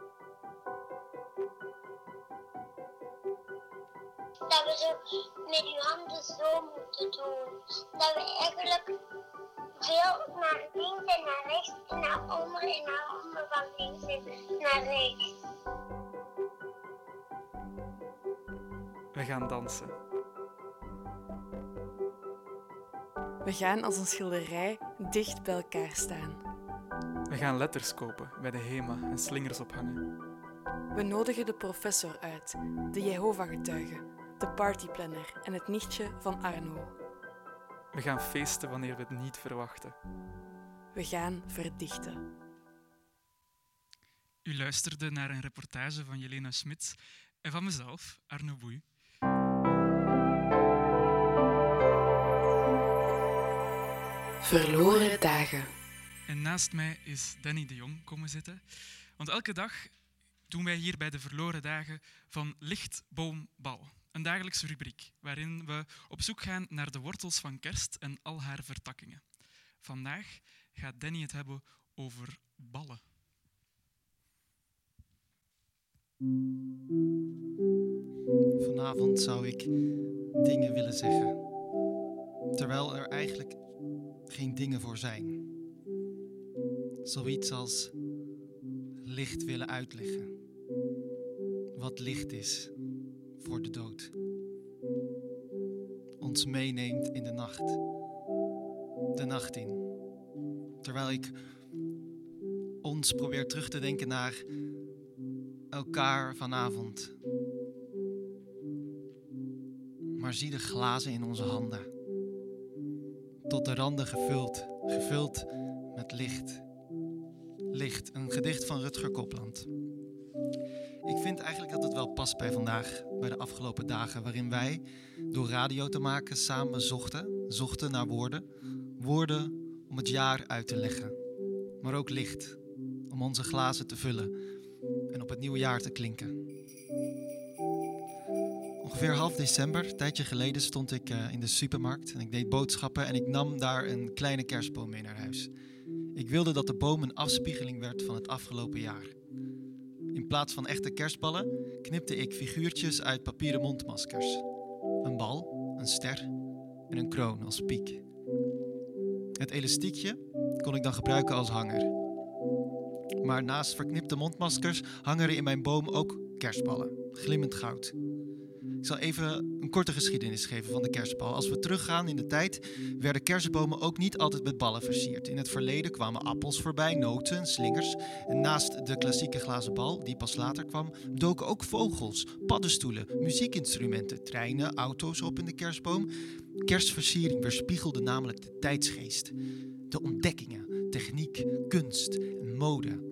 Dat we zo met uw handen zo moeten doen. Dat we eigenlijk veel naar links en naar rechts en naar onder en naar onder van links en naar rechts. We gaan dansen. We gaan als een schilderij dicht bij elkaar staan. We gaan letters kopen bij de HEMA en slingers ophangen. We nodigen de professor uit, de Jehovah-getuige, de partyplanner en het nichtje van Arno. We gaan feesten wanneer we het niet verwachten. We gaan verdichten. U luisterde naar een reportage van Jelena Smits en van mezelf, Arno Boei. Verloren dagen. En naast mij is Danny de Jong komen zitten. Want elke dag doen wij hier bij de Verloren Dagen van Licht, Boom, Bal. Een dagelijkse rubriek waarin we op zoek gaan naar de wortels van kerst en al haar vertakkingen. Vandaag gaat Danny het hebben over ballen. Vanavond zou ik dingen willen zeggen, terwijl er eigenlijk geen dingen voor zijn. Zoiets als licht willen uitleggen. Wat licht is voor de dood. Ons meeneemt in de nacht. De nacht in. Terwijl ik ons probeer terug te denken naar elkaar vanavond. Maar zie de glazen in onze handen. Tot de randen gevuld met licht. Licht, een gedicht van Rutger Kopland. Ik vind eigenlijk dat het wel past bij vandaag, bij de afgelopen dagen, waarin wij, door radio te maken, samen zochten naar woorden. Woorden om het jaar uit te leggen. Maar ook licht, om onze glazen te vullen en op het nieuwe jaar te klinken. Ongeveer half december, een tijdje geleden, stond ik in de supermarkt en ik deed boodschappen en ik nam daar een kleine kerstboom mee naar huis. Ik wilde dat de boom een afspiegeling werd van het afgelopen jaar. In plaats van echte kerstballen knipte ik figuurtjes uit papieren mondmaskers. Een bal, een ster en een kroon als piek. Het elastiekje kon ik dan gebruiken als hanger. Maar naast verknipte mondmaskers hangen er in mijn boom ook kerstballen, glimmend goud. Ik zal even een korte geschiedenis geven van de kerstbal. Als we teruggaan in de tijd, werden kerstbomen ook niet altijd met ballen versierd. In het verleden kwamen appels voorbij, noten en slingers. En naast de klassieke glazen bal, die pas later kwam, doken ook vogels, paddenstoelen, muziekinstrumenten, treinen, auto's op in de kerstboom. Kerstversiering weerspiegelde namelijk de tijdsgeest. De ontdekkingen, techniek, kunst en mode.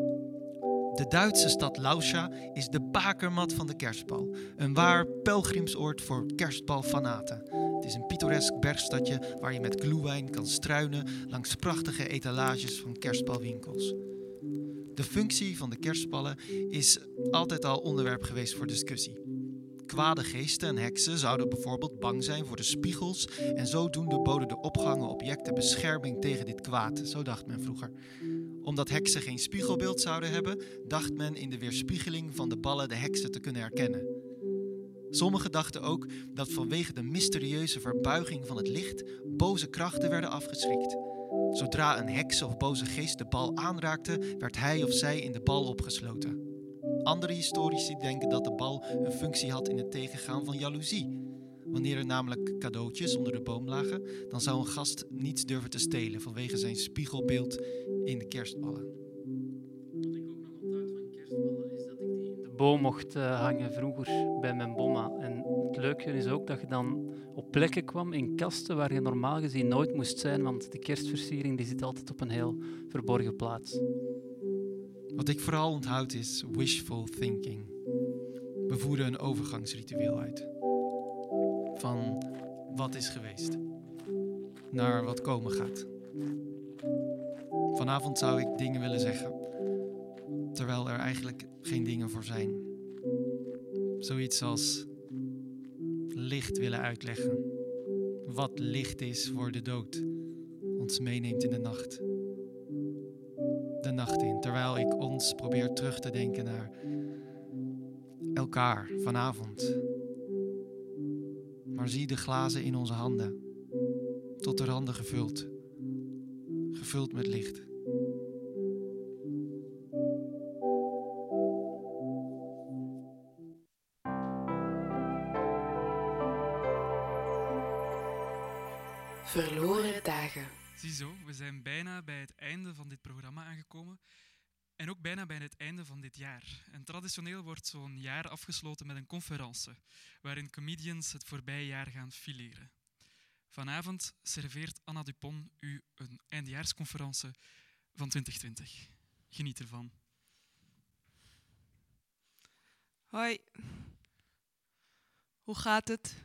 De Duitse stad Lauscha is de bakermat van de kerstbal. Een waar pelgrimsoord voor kerstbalfanaten. Het is een pittoresk bergstadje waar je met glühwein kan struinen langs prachtige etalages van kerstbalwinkels. De functie van de kerstballen is altijd al onderwerp geweest voor discussie. Kwade geesten en heksen zouden bijvoorbeeld bang zijn voor de spiegels en zodoende boden de opgehangen objecten bescherming tegen dit kwaad, zo dacht men vroeger. Omdat heksen geen spiegelbeeld zouden hebben, dacht men in de weerspiegeling van de ballen de heksen te kunnen herkennen. Sommigen dachten ook dat vanwege de mysterieuze verbuiging van het licht boze krachten werden afgeschrikt. Zodra een heks of boze geest de bal aanraakte, werd hij of zij in de bal opgesloten. Andere historici denken dat de bal een functie had in het tegengaan van jaloezie. Wanneer er namelijk cadeautjes onder de boom lagen, dan zou een gast niets durven te stelen vanwege zijn spiegelbeeld in de kerstballen. Wat ik ook nog onthoud van kerstballen is dat ik die in de boom mocht hangen vroeger bij mijn bomma. En het leuke is ook dat je dan op plekken kwam in kasten waar je normaal gezien nooit moest zijn, want de kerstversiering die zit altijd op een heel verborgen plaats. Wat ik vooral onthoud is wishful thinking. We voerden een overgangsritueel uit. Van wat is geweest naar wat komen gaat. Vanavond zou ik dingen willen zeggen, terwijl er eigenlijk geen dingen voor zijn. Zoiets als licht willen uitleggen. Wat licht is voor de dood, ons meeneemt in de nacht. De nacht in, terwijl ik ons probeer terug te denken naar elkaar vanavond. Maar zie de glazen in onze handen, tot de randen gevuld. Gevuld met licht. Verloren dagen. Ziezo, we zijn bijna bij het einde van dit programma aangekomen. En ook bijna bij het einde van dit jaar. En traditioneel wordt zo'n jaar afgesloten met een conferentie, waarin comedians het voorbije jaar gaan fileren. Vanavond serveert Anna Dupont u een eindejaarsconferentie van 2020. Geniet ervan. Hoi. Hoe gaat het?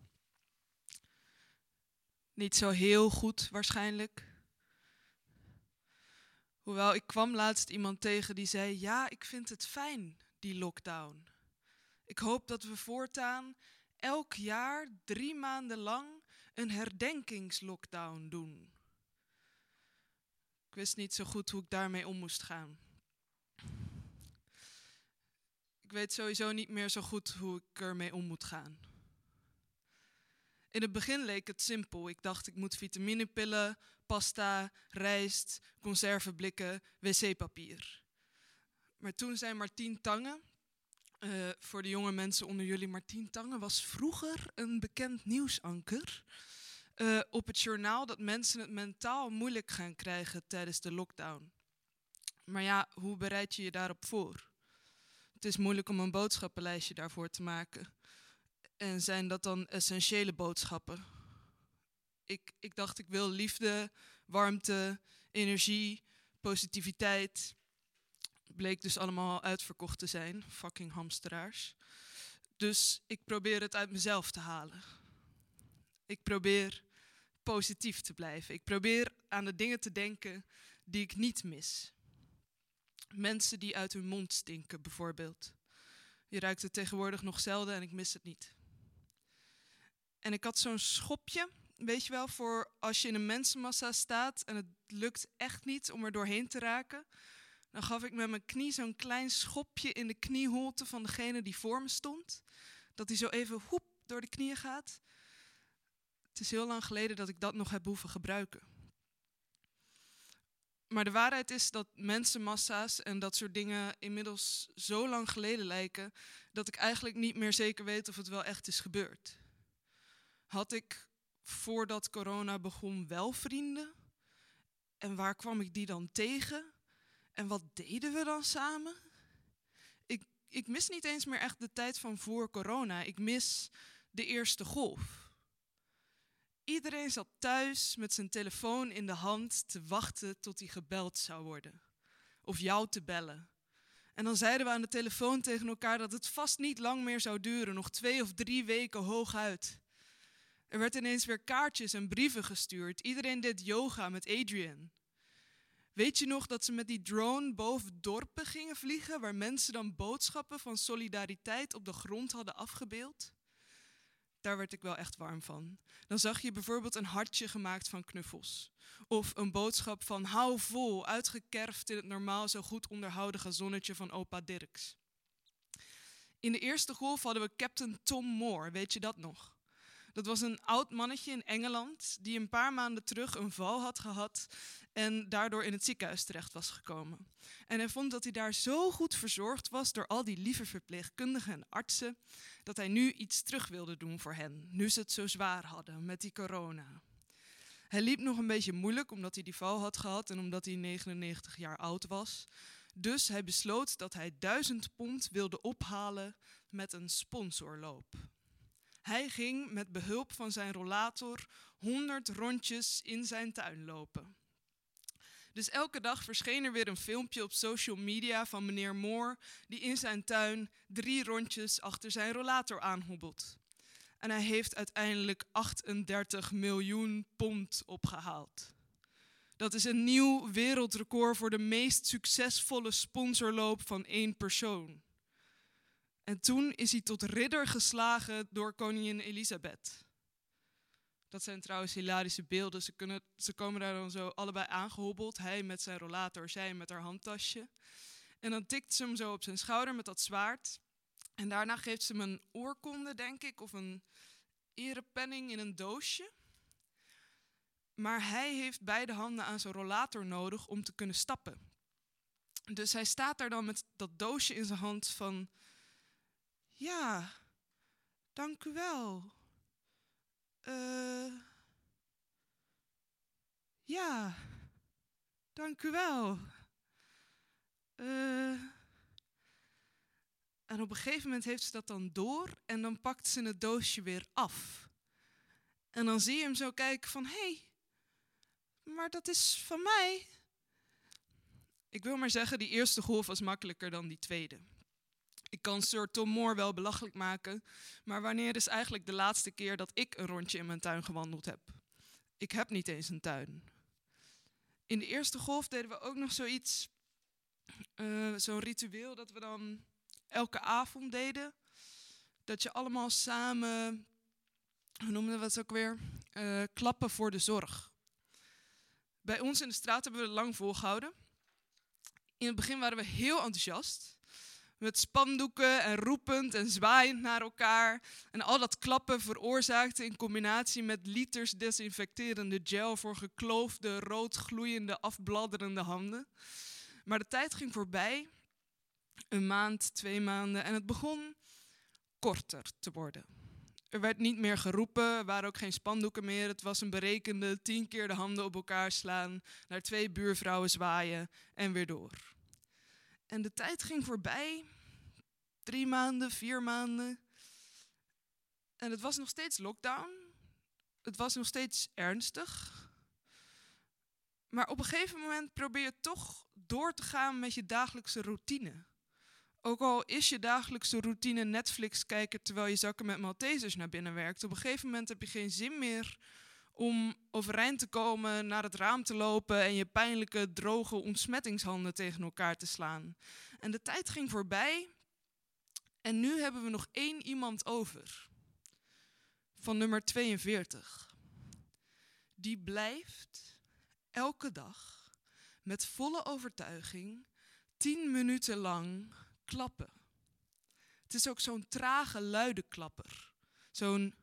Niet zo heel goed waarschijnlijk. Hoewel, ik kwam laatst iemand tegen die zei, ja, ik vind het fijn, die lockdown. Ik hoop dat we voortaan elk jaar 3 maanden lang een herdenkingslockdown doen. Ik wist niet zo goed hoe ik daarmee om moest gaan. Ik weet sowieso niet meer zo goed hoe ik ermee om moet gaan. In het begin leek het simpel. Ik dacht, ik moet vitaminepillen, pasta, rijst, conserveblikken, wc-papier. Maar toen zijn Martien Tange, voor de jonge mensen onder jullie, Martien Tange was vroeger een bekend nieuwsanker op het journaal dat mensen het mentaal moeilijk gaan krijgen tijdens de lockdown. Maar ja, hoe bereid je je daarop voor? Het is moeilijk om een boodschappenlijstje daarvoor te maken. En zijn dat dan essentiële boodschappen? Ik dacht, ik wil liefde, warmte, energie, positiviteit. Bleek dus allemaal uitverkocht te zijn, fucking hamsteraars. Dus ik probeer het uit mezelf te halen. Ik probeer positief te blijven. Ik probeer aan de dingen te denken die ik niet mis. Mensen die uit hun mond stinken, bijvoorbeeld. Je ruikt het tegenwoordig nog zelden en ik mis het niet. En ik had zo'n schopje, weet je wel, voor als je in een mensenmassa staat en het lukt echt niet om er doorheen te raken. Dan gaf ik met mijn knie zo'n klein schopje in de knieholte van degene die voor me stond. Dat hij zo even hoep door de knieën gaat. Het is heel lang geleden dat ik dat nog heb hoeven gebruiken. Maar de waarheid is dat mensenmassa's en dat soort dingen inmiddels zo lang geleden lijken, dat ik eigenlijk niet meer zeker weet of het wel echt is gebeurd. Had ik voordat corona begon wel vrienden? En waar kwam ik die dan tegen? En wat deden we dan samen? Ik mis niet eens meer echt de tijd van voor corona. Ik mis de eerste golf. Iedereen zat thuis met zijn telefoon in de hand te wachten tot hij gebeld zou worden. Of jou te bellen. En dan zeiden we aan de telefoon tegen elkaar dat het vast niet lang meer zou duren. Nog 2 of 3 weken hooguit. Er werd ineens weer kaartjes en brieven gestuurd. Iedereen deed yoga met Adrian. Weet je nog dat ze met die drone boven dorpen gingen vliegen, waar mensen dan boodschappen van solidariteit op de grond hadden afgebeeld? Daar werd ik wel echt warm van. Dan zag je bijvoorbeeld een hartje gemaakt van knuffels. Of een boodschap van hou vol, uitgekerfd in het normaal zo goed onderhouden gazonnetje van opa Dirks. In de eerste golf hadden we Captain Tom Moore, weet je dat nog? Dat was een oud mannetje in Engeland die een paar maanden terug een val had gehad en daardoor in het ziekenhuis terecht was gekomen. En hij vond dat hij daar zo goed verzorgd was door al die lieve verpleegkundigen en artsen, dat hij nu iets terug wilde doen voor hen, nu ze het zo zwaar hadden met die corona. Hij liep nog een beetje moeilijk omdat hij die val had gehad en omdat hij 99 jaar oud was. Dus hij besloot dat hij 1000 pond wilde ophalen met een sponsorloop. Hij ging met behulp van zijn rollator 100 rondjes in zijn tuin lopen. Dus elke dag verscheen er weer een filmpje op social media van meneer Moore die in zijn tuin 3 rondjes achter zijn rollator aanhobbelt. En hij heeft uiteindelijk 38 miljoen pond opgehaald. Dat is een nieuw wereldrecord voor de meest succesvolle sponsorloop van 1 persoon. En toen is hij tot ridder geslagen door koningin Elisabeth. Dat zijn trouwens hilarische beelden. Ze komen daar dan zo allebei aangehobbeld. Hij met zijn rollator, zij met haar handtasje. En dan tikt ze hem zo op zijn schouder met dat zwaard. En daarna geeft ze hem een oorkonde, denk ik, of een erepenning in een doosje. Maar hij heeft beide handen aan zijn rollator nodig om te kunnen stappen. Dus hij staat daar dan met dat doosje in zijn hand van... Ja, dank u wel. Ja, dank u wel. En op een gegeven moment heeft ze dat dan door en dan pakt ze het doosje weer af. En dan zie je hem zo kijken van, hé, maar dat is van mij. Ik wil maar zeggen, die eerste golf was makkelijker dan die tweede. Ik kan Sir Tom Moore wel belachelijk maken, maar wanneer is eigenlijk de laatste keer dat ik een rondje in mijn tuin gewandeld heb? Ik heb niet eens een tuin. In de eerste golf deden we ook nog zoiets, zo'n ritueel dat we dan elke avond deden. Dat je allemaal samen, hoe noemden we het ook weer, klappen voor de zorg. Bij ons in de straat hebben we het lang volgehouden. In het begin waren we heel enthousiast. Met spandoeken en roepend en zwaaiend naar elkaar. En al dat klappen veroorzaakte in combinatie met liters desinfecterende gel voor gekloofde, roodgloeiende, afbladderende handen. Maar de tijd ging voorbij. 1 maand, 2 maanden en het begon korter te worden. Er werd niet meer geroepen, er waren ook geen spandoeken meer. Het was een berekende 10 keer de handen op elkaar slaan, naar 2 buurvrouwen zwaaien en weer door. En de tijd ging voorbij, 3 maanden, 4 maanden. En het was nog steeds lockdown. Het was nog steeds ernstig. Maar op een gegeven moment probeer je toch door te gaan met je dagelijkse routine. Ook al is je dagelijkse routine Netflix kijken terwijl je zakken met Maltesers naar binnen werkt. Op een gegeven moment heb je geen zin meer om overeind te komen, naar het raam te lopen en je pijnlijke, droge ontsmettingshanden tegen elkaar te slaan. En de tijd ging voorbij en nu hebben we nog 1 iemand over. Van nummer 42. Die blijft elke dag met volle overtuiging 10 minuten lang klappen. Het is ook zo'n trage, luide klapper. Zo'n...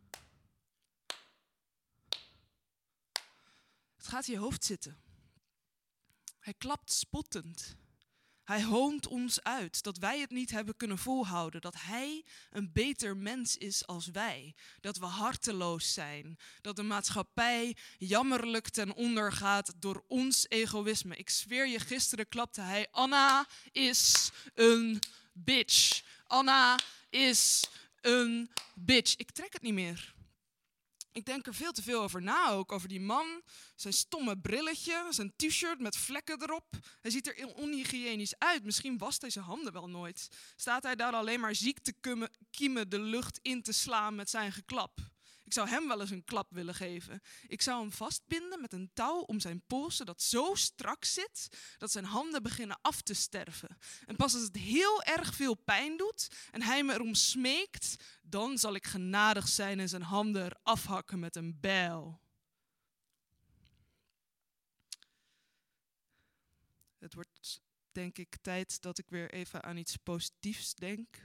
Het gaat in je hoofd zitten. Hij klapt spottend. Hij hoont ons uit dat wij het niet hebben kunnen volhouden. Dat hij een beter mens is als wij. Dat we harteloos zijn. Dat de maatschappij jammerlijk ten onder gaat door ons egoïsme. Ik zweer je, gisteren klapte hij: Anna is een bitch. Anna is een bitch. Ik trek het niet meer. Ik denk er veel te veel over na ook. Over die man, zijn stomme brilletje, zijn t-shirt met vlekken erop. Hij ziet er onhygiënisch uit. Misschien wast hij zijn handen wel nooit. Staat hij daar alleen maar ziek te kiemen de lucht in te slaan met zijn geklap? Ik zou hem wel eens een klap willen geven. Ik zou hem vastbinden met een touw om zijn polsen dat zo strak zit dat zijn handen beginnen af te sterven. En pas als het heel erg veel pijn doet en hij me erom smeekt, dan zal ik genadig zijn en zijn handen eraf hakken met een bijl. Het wordt, denk ik, tijd dat ik weer even aan iets positiefs denk.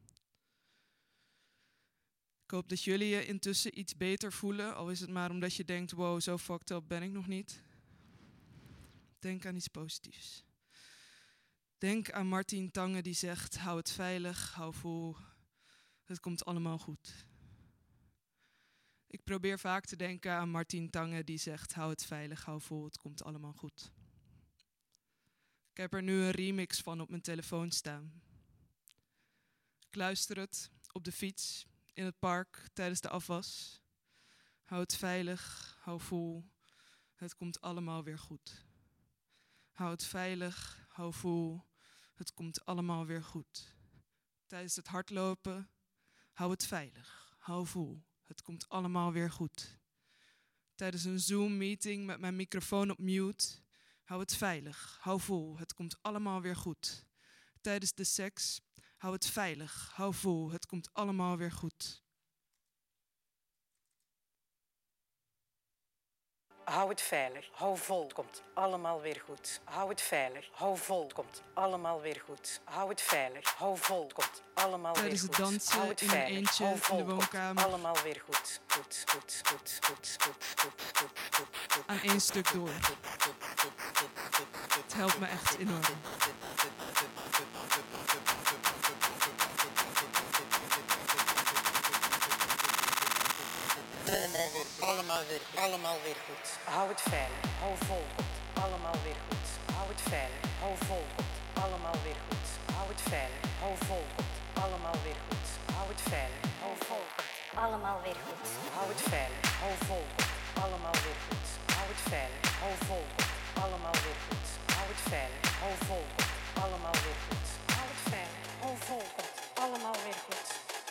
Ik hoop dat jullie je intussen iets beter voelen, al is het maar omdat je denkt, wow, zo fucked up ben ik nog niet. Denk aan iets positiefs. Denk aan Martin Tange die zegt, hou het veilig, hou vol, het komt allemaal goed. Ik probeer vaak te denken aan Martin Tange die zegt, hou het veilig, hou vol, het komt allemaal goed. Ik heb er nu een remix van op mijn telefoon staan. Ik luister het op de fiets, in het park, tijdens de afwas. Hou het veilig, hou vol, het komt allemaal weer goed. Hou het veilig, hou vol, het komt allemaal weer goed. Tijdens het hardlopen, hou het veilig, hou vol, het komt allemaal weer goed. Tijdens een Zoom-meeting met mijn microfoon op mute, hou het veilig, hou vol, het komt allemaal weer goed. Tijdens de seks, hou het veilig, hou vol, het komt allemaal weer goed. Hou het veilig, hou vol, het komt allemaal weer goed. Hou het veilig, hou vol, het komt allemaal weer goed. Hou het veilig, hou vol, het komt allemaal weer goed. Tijdens het dansen hou het in veilig, een eentje hou vol, in de woonkamer. Allemaal weer goed. Goed, goed, goed, goed, goed, goed, goed, goed, goed. Aan één stuk door. Het helpt me echt enorm. Allemaal weer goed. Hou het veilig, hou vol, komt allemaal weer goed. Hou het veilig, hou vol, komt allemaal weer goed. Hou het veilig, hou vol, komt allemaal weer goed. Hou het veilig, hou vol, komt allemaal weer goed. Hou het veilig, hou vol, komt allemaal weer goed. Hou het veilig, hou vol, komt allemaal weer goed. Hou het veilig, hou vol, komt allemaal weer goed. Hou het veilig, hou vol, komt allemaal weer goed.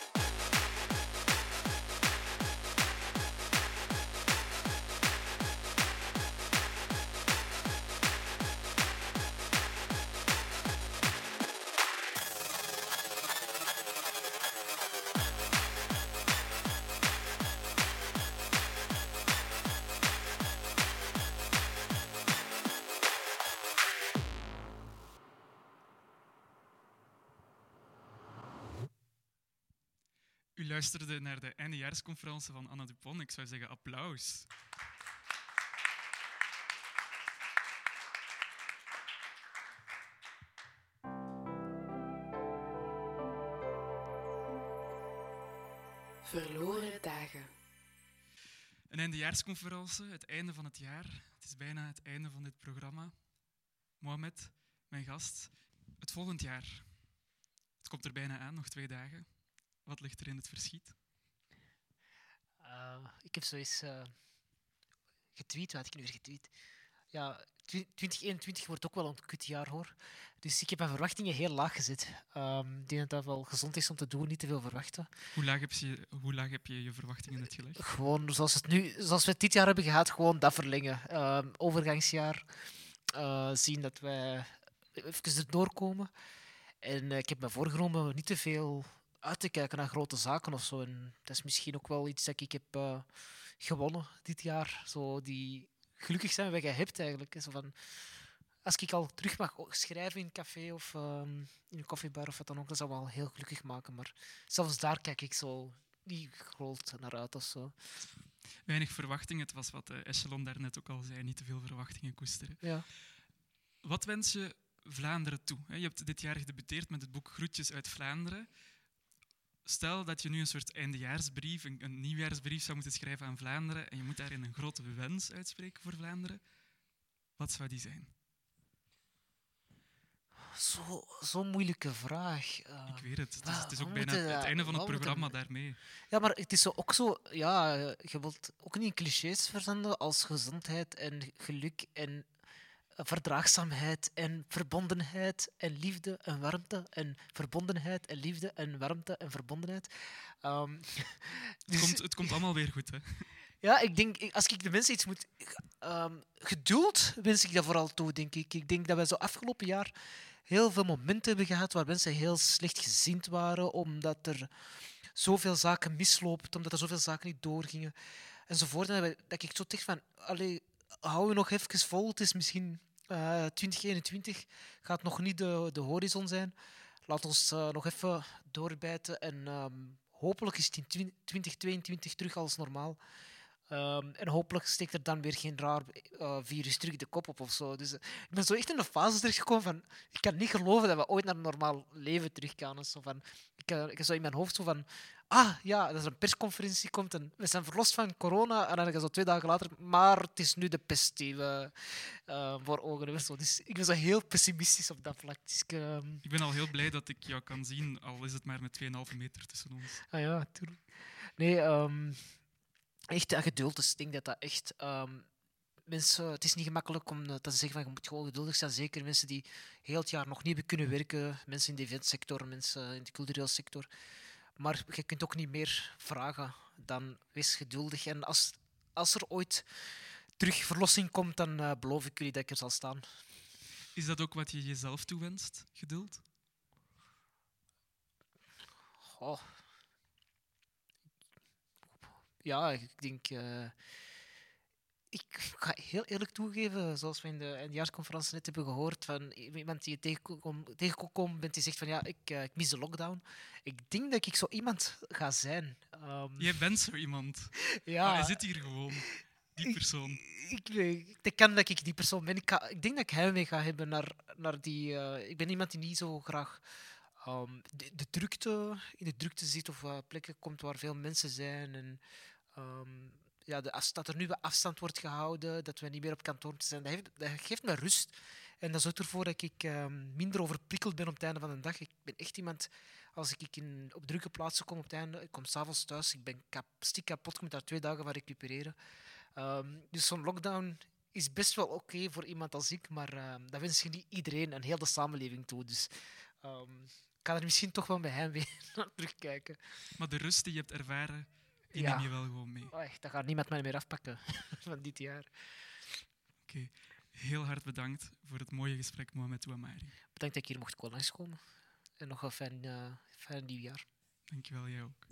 U luisterde naar de eindejaarsconferentie van Anna Dupont. Ik zou zeggen applaus. Verloren dagen. Een eindejaarsconferentie, het einde van het jaar. Het is bijna het einde van dit programma. Mohamed, mijn gast, het volgend jaar. Het komt er bijna aan, nog 2 dagen. Wat ligt er in het verschiet? Ik heb zoiets getweet. Wat had ik nu weer getweet? ja, 2021 wordt ook wel een kutjaar, hoor. Dus ik heb mijn verwachtingen heel laag gezet. Ik denk dat dat wel gezond is om te doen, niet te veel verwachten. Hoe laag heb je je verwachtingen net gelegd? Gewoon zoals we het dit jaar hebben gehad, gewoon dat verlengen. Overgangsjaar. Zien dat wij even erdoor komen. En ik heb me voorgenomen niet te veel uit te kijken naar grote zaken of zo. En dat is misschien ook wel iets dat ik heb gewonnen dit jaar. Zo die gelukkig zijn wat jij hebt eigenlijk. Zo van, als ik al terug mag schrijven in een café of in een koffiebar of wat dan ook, dat zou me al heel gelukkig maken. Maar zelfs daar kijk ik zo niet groot naar uit of zo. Weinig verwachtingen. Het was wat Echelon daarnet ook al zei. Niet te veel verwachtingen koesteren. Ja. Wat wens je Vlaanderen toe? Je hebt dit jaar gedebuteerd met het boek Groetjes uit Vlaanderen. Stel dat je nu een soort eindejaarsbrief, een nieuwjaarsbrief zou moeten schrijven aan Vlaanderen en je moet daarin een grote wens uitspreken voor Vlaanderen. Wat zou die zijn? Zo'n moeilijke vraag. Ik weet het. Het is ook bijna het einde van het programma daarmee. Ja, maar het is ook zo... Ja, je wilt ook niet clichés verzenden als gezondheid en geluk en verdraagzaamheid en verbondenheid en liefde en warmte en verbondenheid en liefde en warmte en verbondenheid. Het komt allemaal weer goed, hè? Ja, ik denk, als ik de mensen iets moet... geduld wens ik dat vooral toe, denk ik. Ik denk dat we zo afgelopen jaar heel veel momenten hebben gehad waar mensen heel slecht gezind waren, omdat er zoveel zaken mislopen, omdat er zoveel zaken niet doorgingen, enzovoort. En dat ik zo dacht van... Allee, hou je nog even vol, het is misschien 2021, gaat nog niet de horizon zijn. Laat ons nog even doorbijten en hopelijk is het in 2022 terug als normaal. En hopelijk steekt er dan weer geen raar virus terug de kop op of zo. Dus ik ben zo echt in een fase terechtgekomen van... Ik kan niet geloven dat we ooit naar een normaal leven terug gaan. Zo van, ik heb zo in mijn hoofd zo van... Ah, ja, dat er een persconferentie komt en we zijn verlost van corona. En dan ga je zo 2 dagen later... Maar het is nu de pest die we voor ogen hebben. Zo. Dus ik ben zo heel pessimistisch op dat vlak. Dus ik ben al heel blij dat ik jou kan zien, al is het maar met 2,5 meter tussen ons. Ah ja, natuurlijk. Nee, echt dat geduld. Dus ik denk dat dat echt... mensen, het is niet gemakkelijk om te zeggen van je moet gewoon geduldig zijn. Zeker mensen die heel het jaar nog niet hebben kunnen werken. Mensen in de eventsector, mensen in de culturele sector. Maar je kunt ook niet meer vragen dan wees geduldig. En als er ooit terug verlossing komt, dan beloof ik jullie dat ik er zal staan. Is dat ook wat je jezelf toewenst, geduld? Oh. Ja, ik denk... ik ga heel eerlijk toegeven, zoals we in de eindejaarsconferentie net hebben gehoord, van iemand die je tegenkomt bent die zegt van ja, ik mis de lockdown. Ik denk dat ik zo iemand ga zijn. Jij bent zo iemand. Ja. Maar hij zit hier gewoon. Die persoon. Ik kan dat ik die persoon ben. Ik denk dat ik heimwee ga hebben naar die... ik ben iemand die niet zo graag de drukte, in de drukte zit of plekken komt waar veel mensen zijn. En, ja, dat er nu wat afstand wordt gehouden, dat we niet meer op kantoor moeten zijn, dat geeft me rust. En dat zorgt ervoor dat ik minder overprikkeld ben op het einde van de dag. Ik ben echt iemand, als ik op drukke plaatsen kom op het einde, ik kom 's avonds thuis, ik ben stik kapot, ik moet daar 2 dagen van recupereren. Dus zo'n lockdown is best wel oké voor iemand als ik, maar dat wens je niet iedereen en heel de samenleving toe. Dus ik ga er misschien toch wel bij heimwee naar terugkijken. Maar de rust die je hebt ervaren, die Ja. neem je wel gewoon mee. Oh, echt, dat gaat niemand mij meer afpakken van dit jaar. Oké. Heel hard bedankt voor het mooie gesprek, Mohamed Ouamari. Bedankt dat ik hier mocht langskomen. En nog een fijn nieuwjaar. Dankjewel, jij ook.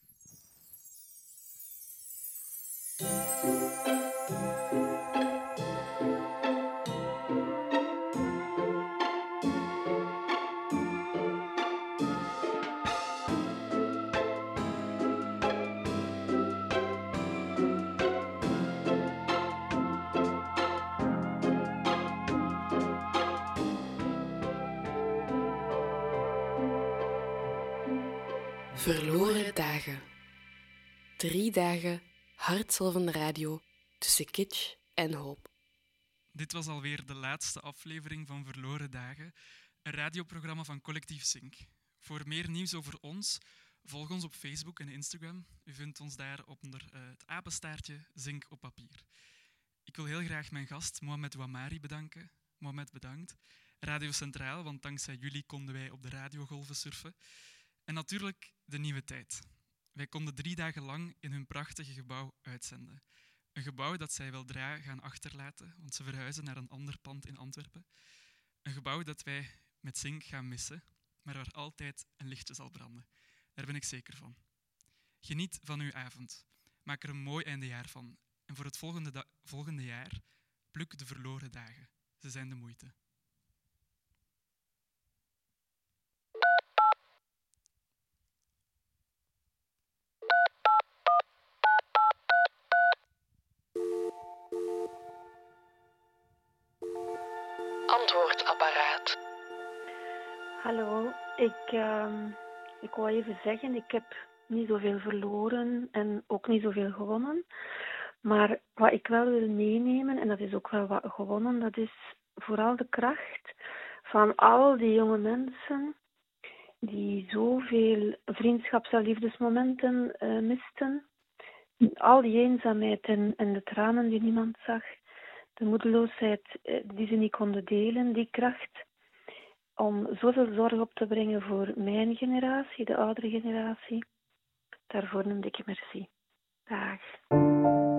Verloren dagen. 3 dagen hartzelvende radio tussen kitsch en hoop. Dit was alweer de laatste aflevering van Verloren Dagen, een radioprogramma van Collectief Zink. Voor meer nieuws over ons, volg ons op Facebook en Instagram. U vindt ons daar onder het apenstaartje Zink op papier. Ik wil heel graag mijn gast Mohamed Ouamari bedanken. Mohamed, bedankt. Radio Centraal, want dankzij jullie konden wij op de radiogolven surfen. En natuurlijk de Nieuwe Tijd. Wij konden 3 dagen lang in hun prachtige gebouw uitzenden. Een gebouw dat zij weldra gaan achterlaten, want ze verhuizen naar een ander pand in Antwerpen. Een gebouw dat wij met Zink gaan missen, maar waar altijd een lichtje zal branden. Daar ben ik zeker van. Geniet van uw avond. Maak er een mooi eindejaar van. En voor het volgende jaar, pluk de verloren dagen. Ze zijn de moeite. Antwoordapparaat. Hallo, ik wou even zeggen, ik heb niet zoveel verloren en ook niet zoveel gewonnen. Maar wat ik wel wil meenemen, en dat is ook wel wat gewonnen, dat is vooral de kracht van al die jonge mensen die zoveel vriendschaps- en liefdesmomenten misten. Al die eenzaamheid en de tranen die niemand zag. De moedeloosheid die ze niet konden delen, die kracht om zoveel zorg op te brengen voor mijn generatie, de oudere generatie. Daarvoor noemde ik merci. Dag.